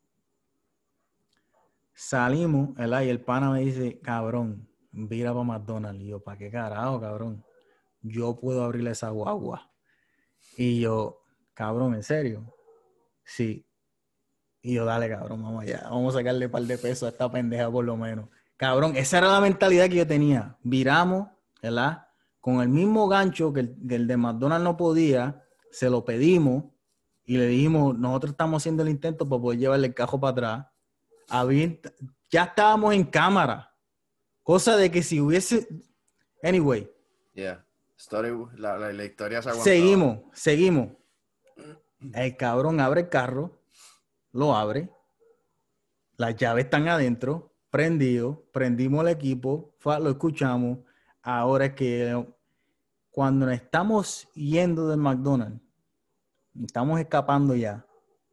Salimos, ¿verdad? Y el pana me dice, cabrón, vira para McDonald's. Y yo, ¿para qué carajo, cabrón? Yo puedo abrirle esa guagua. Y yo, cabrón, ¿en serio? Sí. Y yo, dale, cabrón, vamos allá. Vamos a sacarle un par de pesos a esta pendeja por lo menos. Cabrón, esa era la mentalidad que yo tenía. Viramos, ¿verdad? Con el mismo gancho que el de McDonald's no podía, se lo pedimos y le dijimos, nosotros estamos haciendo el intento para poder llevarle el cajo para atrás. Había- ya estábamos en cámara. Cosa de que si hubiese... Anyway, Yeah. La historia se aguantaba. seguimos. El cabrón abre el carro, lo abre. Las llaves están adentro, prendido, prendimos el equipo, lo escuchamos. Ahora es que cuando nos estamos yendo del McDonald's, estamos escapando ya,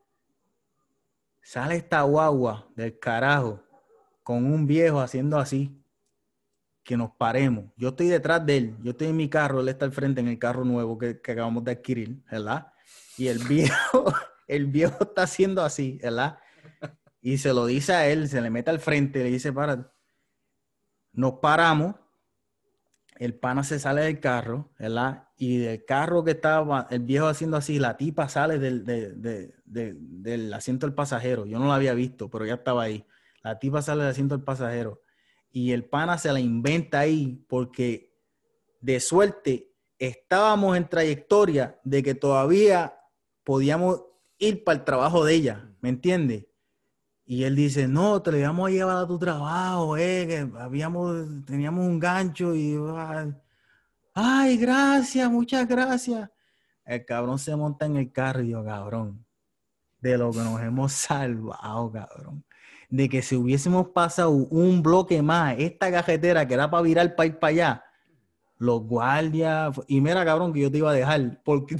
sale esta guagua del carajo con un viejo haciendo así, que nos paremos. Yo estoy detrás de él, yo estoy en mi carro, él está al frente en el carro nuevo que acabamos de adquirir, ¿verdad? Y el viejo, el viejo está haciendo así, ¿verdad? Y se lo dice a él, se le mete al frente, le dice, para, nos paramos. el pana se sale del carro, ¿verdad? Y del carro que estaba el viejo haciendo así, la tipa sale del asiento del pasajero. Yo no la había visto, pero ya estaba ahí. La tipa sale del asiento del pasajero. Y el pana se la inventa ahí porque de suerte estábamos en trayectoria de que todavía podíamos ir para el trabajo de ella, ¿me entiendes? Y él dice, no, te le vamos a llevar a tu trabajo, que teníamos un gancho y, ay, gracias, muchas gracias. El cabrón se monta en el carro y yo, cabrón, de lo que nos hemos salvado, cabrón. De que si hubiésemos pasado un bloque más, esta cajetera que era para virar para ir para allá, los guardias, y mira, cabrón, que yo te iba a dejar, porque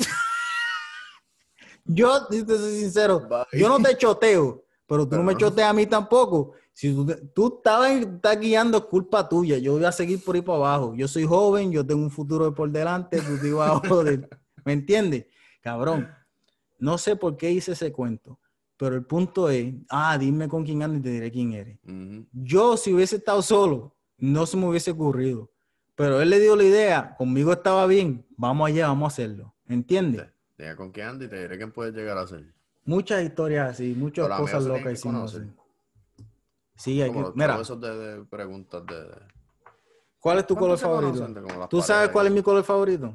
yo, si te soy sincero, yo no Bye. te choteo, pero tú no me Pero no. choteas a mí tampoco. Si tú estás guiando, es culpa tuya. Yo voy a seguir por ahí para abajo. Yo soy joven, yo tengo un futuro por delante, tú te ibas a joder. ¿Me entiendes? Cabrón, no sé por qué hice ese cuento, pero el punto es, dime con quién andas y te diré quién eres. Ujú. Yo, si hubiese estado solo, no se me hubiese ocurrido. Pero él le dio la idea, conmigo estaba bien, vamos allá, vamos a hacerlo. ¿Entiendes? Diga con quién anda y te diré quién puedes llegar a ser. Muchas historias así, muchas Pero cosas amigos se tienen locas que hicimos conocer. así. Sí, hay Como que, los chavos mira, esos de preguntas de... ¿cuál es tu color ¿Cuántos se favorito? conocen? De como las ¿Tú sabes parejas y cuál es mi eso. color favorito?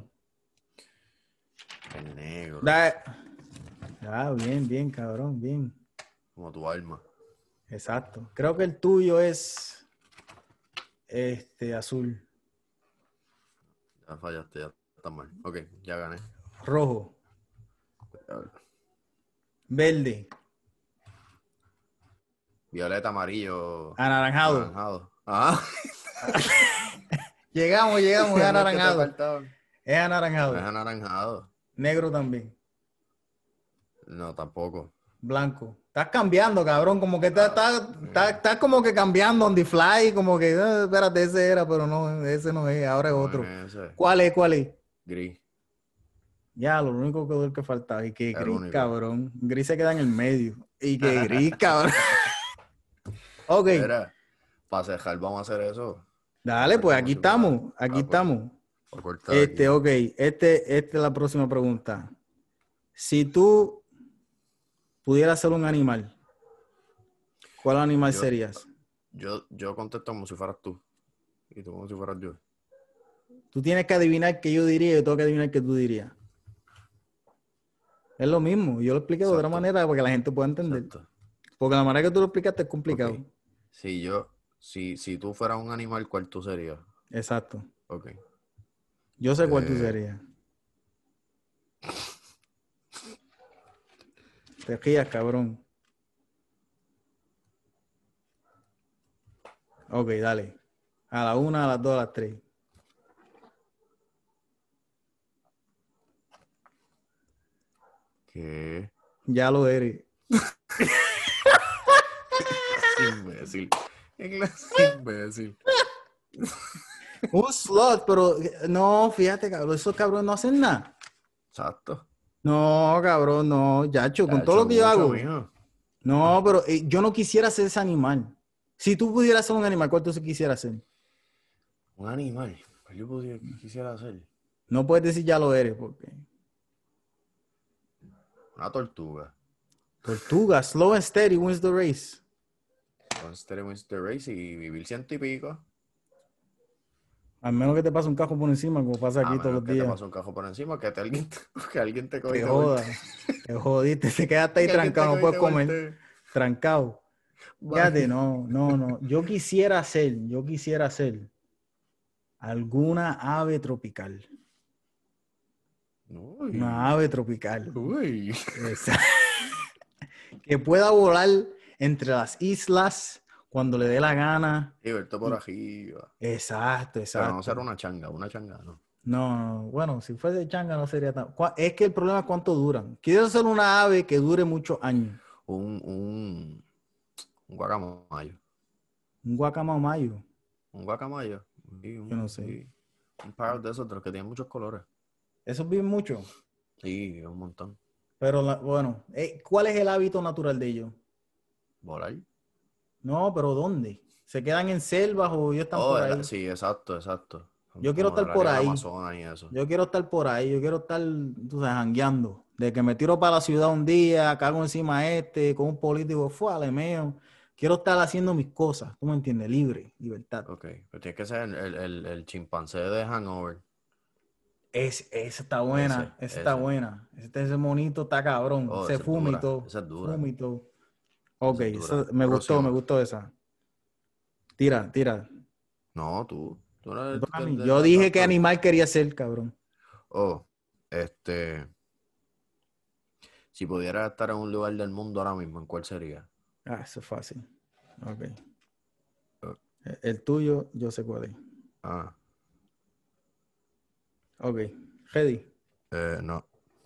El negro. Da- bien, bien, cabrón, bien. Como tu alma. Exacto. Creo que el tuyo es azul, Ya fallaste, ya está mal. Ok, ya gané. rojo, A ver. verde, Violeta, amarillo, anaranjado. anaranjado. Ajá. Llegamos, es Eran los que te anaranjado. faltaban. Es No es anaranjado. anaranjado. Negro también. No, tampoco. Blanco. Estás cambiando, cabrón. Como que Ah, estás como que cambiando on the fly. Como que, espérate, ese era, pero no, ese no es. Ahora es no otro. es ese. ¿Cuál es? ¿Cuál es? Gris. Ya, lo único que faltaba. Y que El gris, único. cabrón. Gris se queda en el medio. Y que gris, cabrón. Ok. Mira, para cejar vamos a hacer eso. Vamos a Dale, hacer pues como aquí si fuera. estamos. Aquí Ah, pues, estamos. voy a cortar aquí. Ok. Esta es la próxima pregunta. Si tú pudieras ser un animal, ¿cuál animal Yo, serías? yo contesto como si fueras tú. Y tú como si fueras yo. Tú tienes que adivinar qué yo diría y yo tengo que adivinar qué tú dirías. Es lo mismo. Yo lo expliqué de otra Exacto. manera para que la gente pueda entender. Exacto. Porque la manera que tú lo explicaste es Ok. complicado. Si tú fueras un animal, ¿cuál tú serías? Exacto. Ok. Yo sé cuál tú Eh, serías. Te rías, cabrón. Ok, dale. A la una, a las dos, a las tres. ¿Qué? Ya lo eres. Imbécil. ¿Qué clase de imbécil? Un slot, pero no, fíjate, cabrón. Esos cabrones no hacen nada. Exacto. No, cabrón, no. Yacho, Ya con he todo hecho lo que yo mucho, hago. mijo. No, pero yo no quisiera ser ese animal. Si tú pudieras ser un animal, ¿cuál tú sí quisieras ser? Un animal. Pues yo quisiera hacer No puedes decir ya lo eres, porque. una tortuga. Tortuga, slow and steady wins the race. Entonces tenemos the race y vivir 100 y pico. Al menos que te pase un cajo por encima, como pasa A aquí todos menos los que te días. pase un cajo por encima, que alguien te coge y Te te voltee. joda. Te jodiste. Te quedaste ahí Que alguien te trancado, no coge y puedes te comer. voltee. Trancado. Fíjate, Bye. no. Yo quisiera ser alguna ave tropical. Una Uy. ave tropical. Uy. Esa- que pueda volar entre las islas cuando le dé la gana. Y verte por Y- arriba. Exacto, Pero no ser exacto. una changa, no. No, bueno, si fuese changa no sería tan... Es que el problema es cuánto duran. Quiero ser una ave que dure muchos años. Un, un, un guacamayo. Un guacamamayo, Un guacamayo. Sí, yo no sé. sí. Un par de esos de los que tienen muchos colores. Esos viven mucho, Sí, un montón. pero bueno, ¿cuál es el hábito natural de ellos? Volar. No, pero ¿dónde? ¿Se quedan en selvas o ellos están Oh, por ahí? sí, exacto. Yo quiero como del estar por área del ahí. Amazonas y eso. Yo quiero estar por ahí. Yo quiero estar, tú sabes, jangueando. De que me tiro para la ciudad un día, cago encima con un político, fue alemeo. Quiero estar haciendo mis cosas, ¿tú me entiendes? Libre, libertad. Ok, pero tiene que ser el chimpancé de Hangover. Esa está Ese, buena, esa está ese. buena. Ese monito está cabrón. Oh, Se esa es fuma y dura, todo. esa es dura, Fuma y todo. Ok, esa es dura. me Próxima. gustó esa. Tira, tira. No, tú. Tú eres Me el toca a que mí. de Yo las dije qué preguntas. animal quería ser, cabrón. Oh, este. Si pudieras estar en un lugar del mundo ahora mismo, ¿en cuál sería? Ah, eso es fácil. Ok. Eh, El tuyo, yo sé cuál es. Ah, Ok. Ready. no.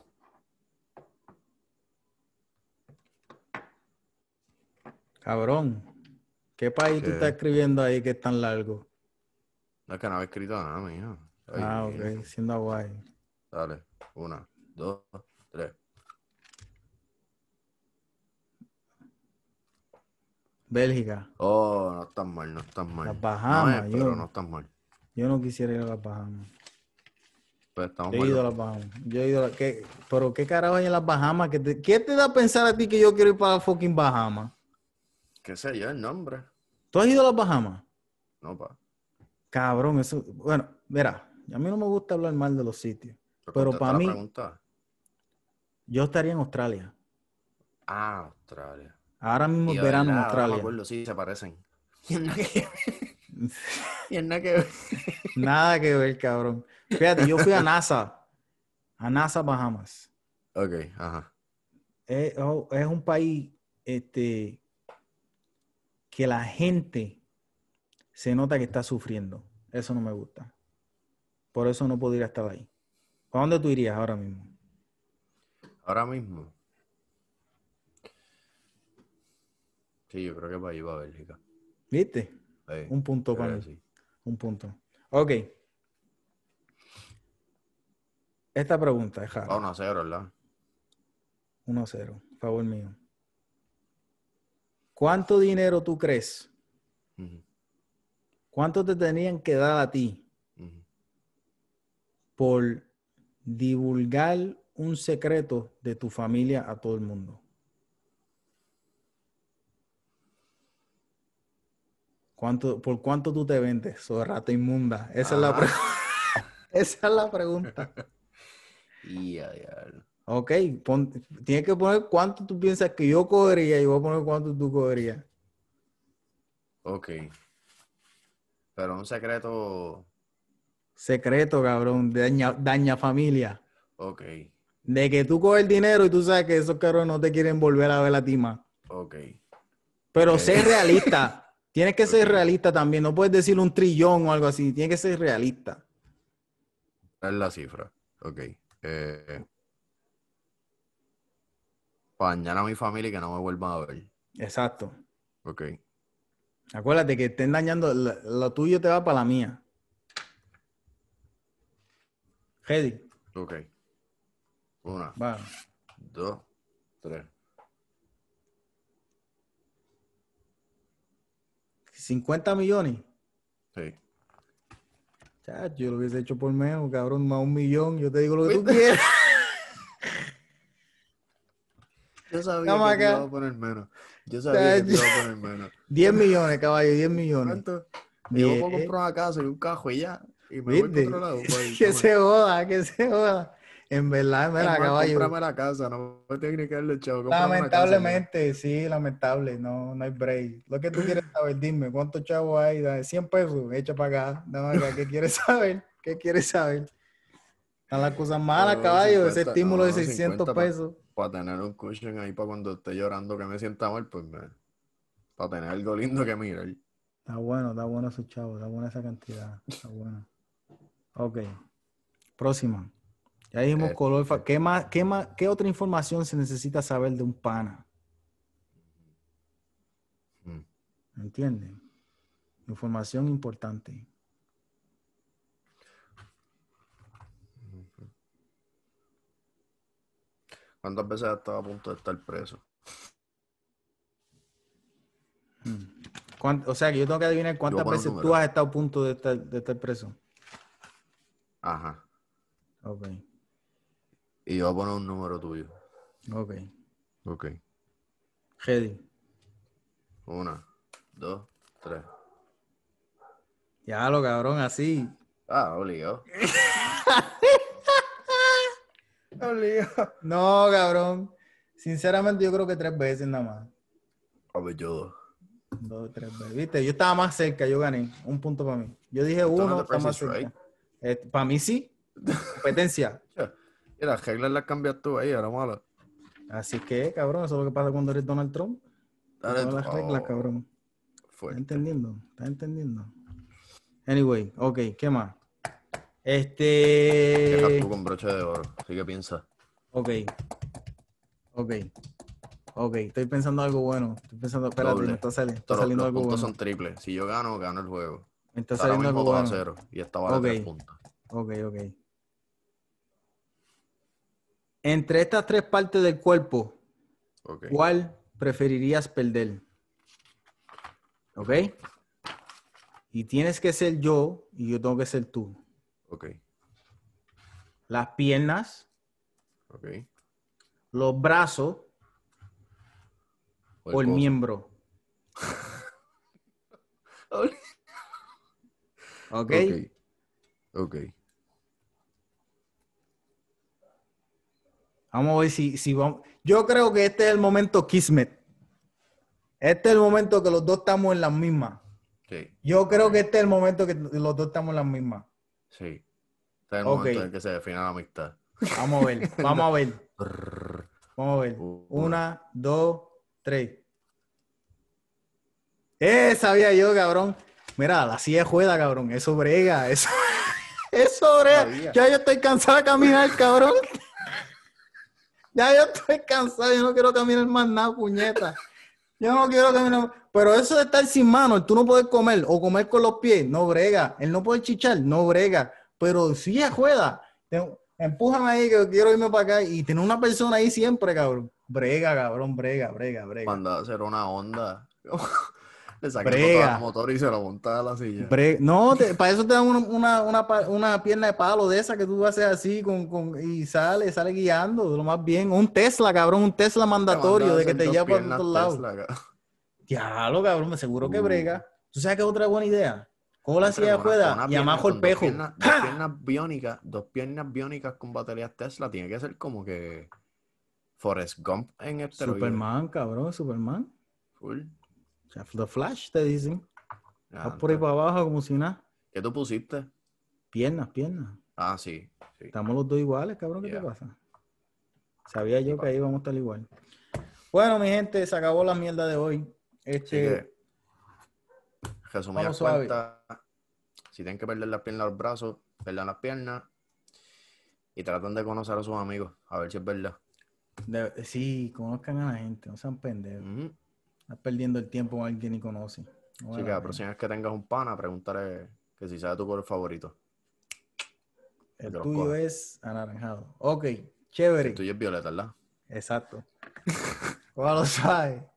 Cabrón. ¿Qué país tú estás ¿Qué? escribiendo ahí que es tan largo? No es que no había escrito nada, mijo. Ay, Ah, ok. virgen. Siendo guay. Dale. Una, dos, tres. Bélgica. Oh, no estás mal, no estás Las mal. No es, Bahamas. pero no estás mal. Yo no quisiera ir a las Bahamas. Pues estamos Yo he mal ido los a las dos. Bahamas. Pero qué carajo hay en las Bahamas. ¿Qué te da a pensar a ti que yo quiero ir para fucking Bahamas? ¿Qué sé yo el nombre? ¿Tú has ido a las Bahamas? No, pa. Cabrón, eso. Bueno, verá, a mí no me gusta hablar mal de los sitios. Pero Pero contesta para la mí, pregunta. yo estaría en Australia. Ah, Australia. Ahora mismo Y es yo, verano en ¿verdad? Ahora me Australia. acuerdo, sí, se parecen. Y en nada que y en nada que ver. Nada que ver, cabrón. Fíjate, yo fui a NASA Bahamas. Ok, ajá. Es un país que la gente se nota que está sufriendo. Eso no me gusta. Por eso no podría estar ahí. ¿Para dónde tú irías ahora mismo? Ahora mismo. Sí, yo creo que para allí va Bélgica. ¿Viste? Sí, Un punto yo para creo que mí. sí. Un punto. Ok. Esta pregunta es Va rara. 1-0, ¿verdad? 1-0. Favor mío. ¿Cuánto dinero tú crees? Ujú, ¿Cuánto te tenían que dar a ti ujú. por divulgar un secreto de tu familia a todo el mundo? ¿Por cuánto tú te vendes, so rata inmunda? Ajá. Esa es la pregunta. Y a diablo. Ok, tienes que poner cuánto tú piensas que yo cogería y voy a poner cuánto tú cogerías. Ok. Pero un secreto. Secreto, cabrón, daña familia. Ok. De que tú coges el dinero y tú sabes que esos cabrones no te quieren volver a ver a ti más. Ok. Pero Eh, sé realista. Tienes que ok. ser realista también. No puedes decir 1 trillón o algo así. Tienes que ser realista. Es la cifra. Ok. Para dañar a mi familia y que no me vuelvan a ver. Exacto. Ok. Acuérdate que estén dañando. Lo tuyo te va para la mía. Ready. Ok. Una, Va. dos, tres. 50 millones. Sí. Chacho, yo lo hubiese hecho por menos, cabrón, más 1 millón. Yo te digo lo que tú ¿Viste? quieras. Yo sabía Estamos que te iba acá. a poner menos. Yo sabía que te Chacho. iba a poner menos. 10 millones, caballo, 10 millones. ¿Cuánto? Yo me puedo 10. comprar una casa y un cajo y ya. Y me voy para otro ¿Viste? lado. Pues, Que toma. se joda, que se joda. En verdad, Es mira, más, caballo. cómprame la casa. No me tienes que darle chavo. Cómprame una casa y ya. Lamentablemente, sí, lamentable, no, no hay break. Lo que tú quieres saber, dime, ¿cuántos chavos hay? Dame 100 pesos, echa para acá, dame acá, ¿qué quieres saber? ¿Qué quieres saber? Están las cosas malas, No, caballo, ese 50. estímulo de No, 600 50 para pesos. tener un cushion ahí para cuando esté llorando que me sienta mal. Pues para tener algo lindo que mirar. Está bueno esos chavos, está buena esa cantidad, está bueno. Ok, próxima. Ya dijimos color, Este. qué otra información se necesita saber de un pana? mm, ¿Entiendes? Información importante. ¿Cuántas veces has estado a punto de estar preso? O sea, que yo tengo que adivinar Yo voy a cuántas poner un veces tú número. has estado a punto de estar preso. Ajá. Ok, Y yo voy a poner un número tuyo. ok. Ok. Ready. 1, 2, 3. Ya lo cabrón, así. Ah, obligado. Obligado. No, cabrón. Sinceramente, yo creo que 3 veces nada más. A ver, yo. 2, 3 veces. ¿Viste? Yo estaba más cerca, yo gané. Un punto para mí. Yo dije Esto no es 1, The está Price más is Right. cerca. Para mí sí. Competencia. Y las reglas las cambias tú ahí, ahora mala. Así que, cabrón, eso es lo que pasa cuando eres Donald Trump. Tú Dale pones tú. las reglas, Oh, cabrón. ¿Estás fuerte. entendiendo? ¿Estás entendiendo? Anyway, ok, ¿qué más? Dejas tú con broche de oro. Así que piensa. Ok, ok, ok. Estoy pensando algo bueno. Estoy pensando, espérate, me Doble. está saliendo Los algo puntos bueno. son triples. Si yo gano, gano el juego. Me está Ahora saliendo mismo algo 2 a bueno. 0. Y esta vale Ok, 3 puntos. ok, ok. Entre estas 3 partes del cuerpo, Ok. ¿cuál preferirías perder? ¿Ok? Y tienes que ser yo y yo tengo que ser tú. Ok. Las piernas, Ok. los brazos O el o el coso. miembro. ¿Ok? Ok. Ok. Vamos a ver si vamos. Yo creo que este es el momento Kismet. Este es el momento que los dos estamos en las mismas. Sí. Yo creo Ok. que este es el momento que los dos estamos en las mismas. Sí. Este es el Ok, momento en que se define la amistad. vamos a ver, vamos a ver, Brrr. vamos a ver. 1. 1, 2, 3. Sabía yo, cabrón. Mira, la silla de juega, cabrón. Eso brega, eso, eso brega. Sabía. Ya yo estoy cansado de caminar, cabrón. Ya yo estoy cansado, yo no quiero caminar más nada, puñeta. Yo no quiero caminar. Pero eso de estar sin manos, tú no puedes comer o comer con los pies, no brega. El no poder chichar, no brega. Pero si es juega, empújame ahí que quiero irme para acá y tener una persona ahí siempre, cabrón. Brega, cabrón, brega, brega, brega. Manda a hacer una onda. Le saca el botón al Brega. motor y se lo monta a la silla. No, para eso te dan una pierna de palo de esa que tú haces así y sale guiando, lo más bien. Un Tesla, cabrón, un Tesla Te manda mandatorio a de que hacer te dos lleva para piernas todos lados. Tesla. Diablo, cabrón, me seguro que Uh. brega. ¿Tú sabes qué es otra buena idea? Cojo la Pero silla de con juega una y pierna, amajo el con pejo. dos ¡Ja! piernas biónicas, con baterías Tesla, tiene que ser como que Forrest Gump en esteroides. Superman, cabrón, Superman. Full. O sea, The Flash, te dicen. Ya, Vas por ahí antes. para abajo como si nada. ¿Qué tú pusiste? Piernas, piernas. Ah, sí, sí. Estamos los dos iguales, cabrón, ¿qué te Yeah. pasa? Sabía Y yo que pa. ahí vamos a estar igual. Bueno, mi gente, se acabó la mierda de hoy. Así que, resumidas Vamos suave. cuentas, si tienen que perder las piernas, los brazos, perdan las piernas y tratan de conocer a sus amigos, a ver si es verdad. Sí, conozcan a la gente, no sean pendejos. Ujú. Estás perdiendo el tiempo con alguien que ni conoce. No Así vale que la la pena. próxima vez que tengas un pana, pregúntale que si sabe tu color favorito, para El que los tuyo coja. es anaranjado. Ok, El chévere. tuyo es violeta, ¿verdad? Exacto. Cójalo suave.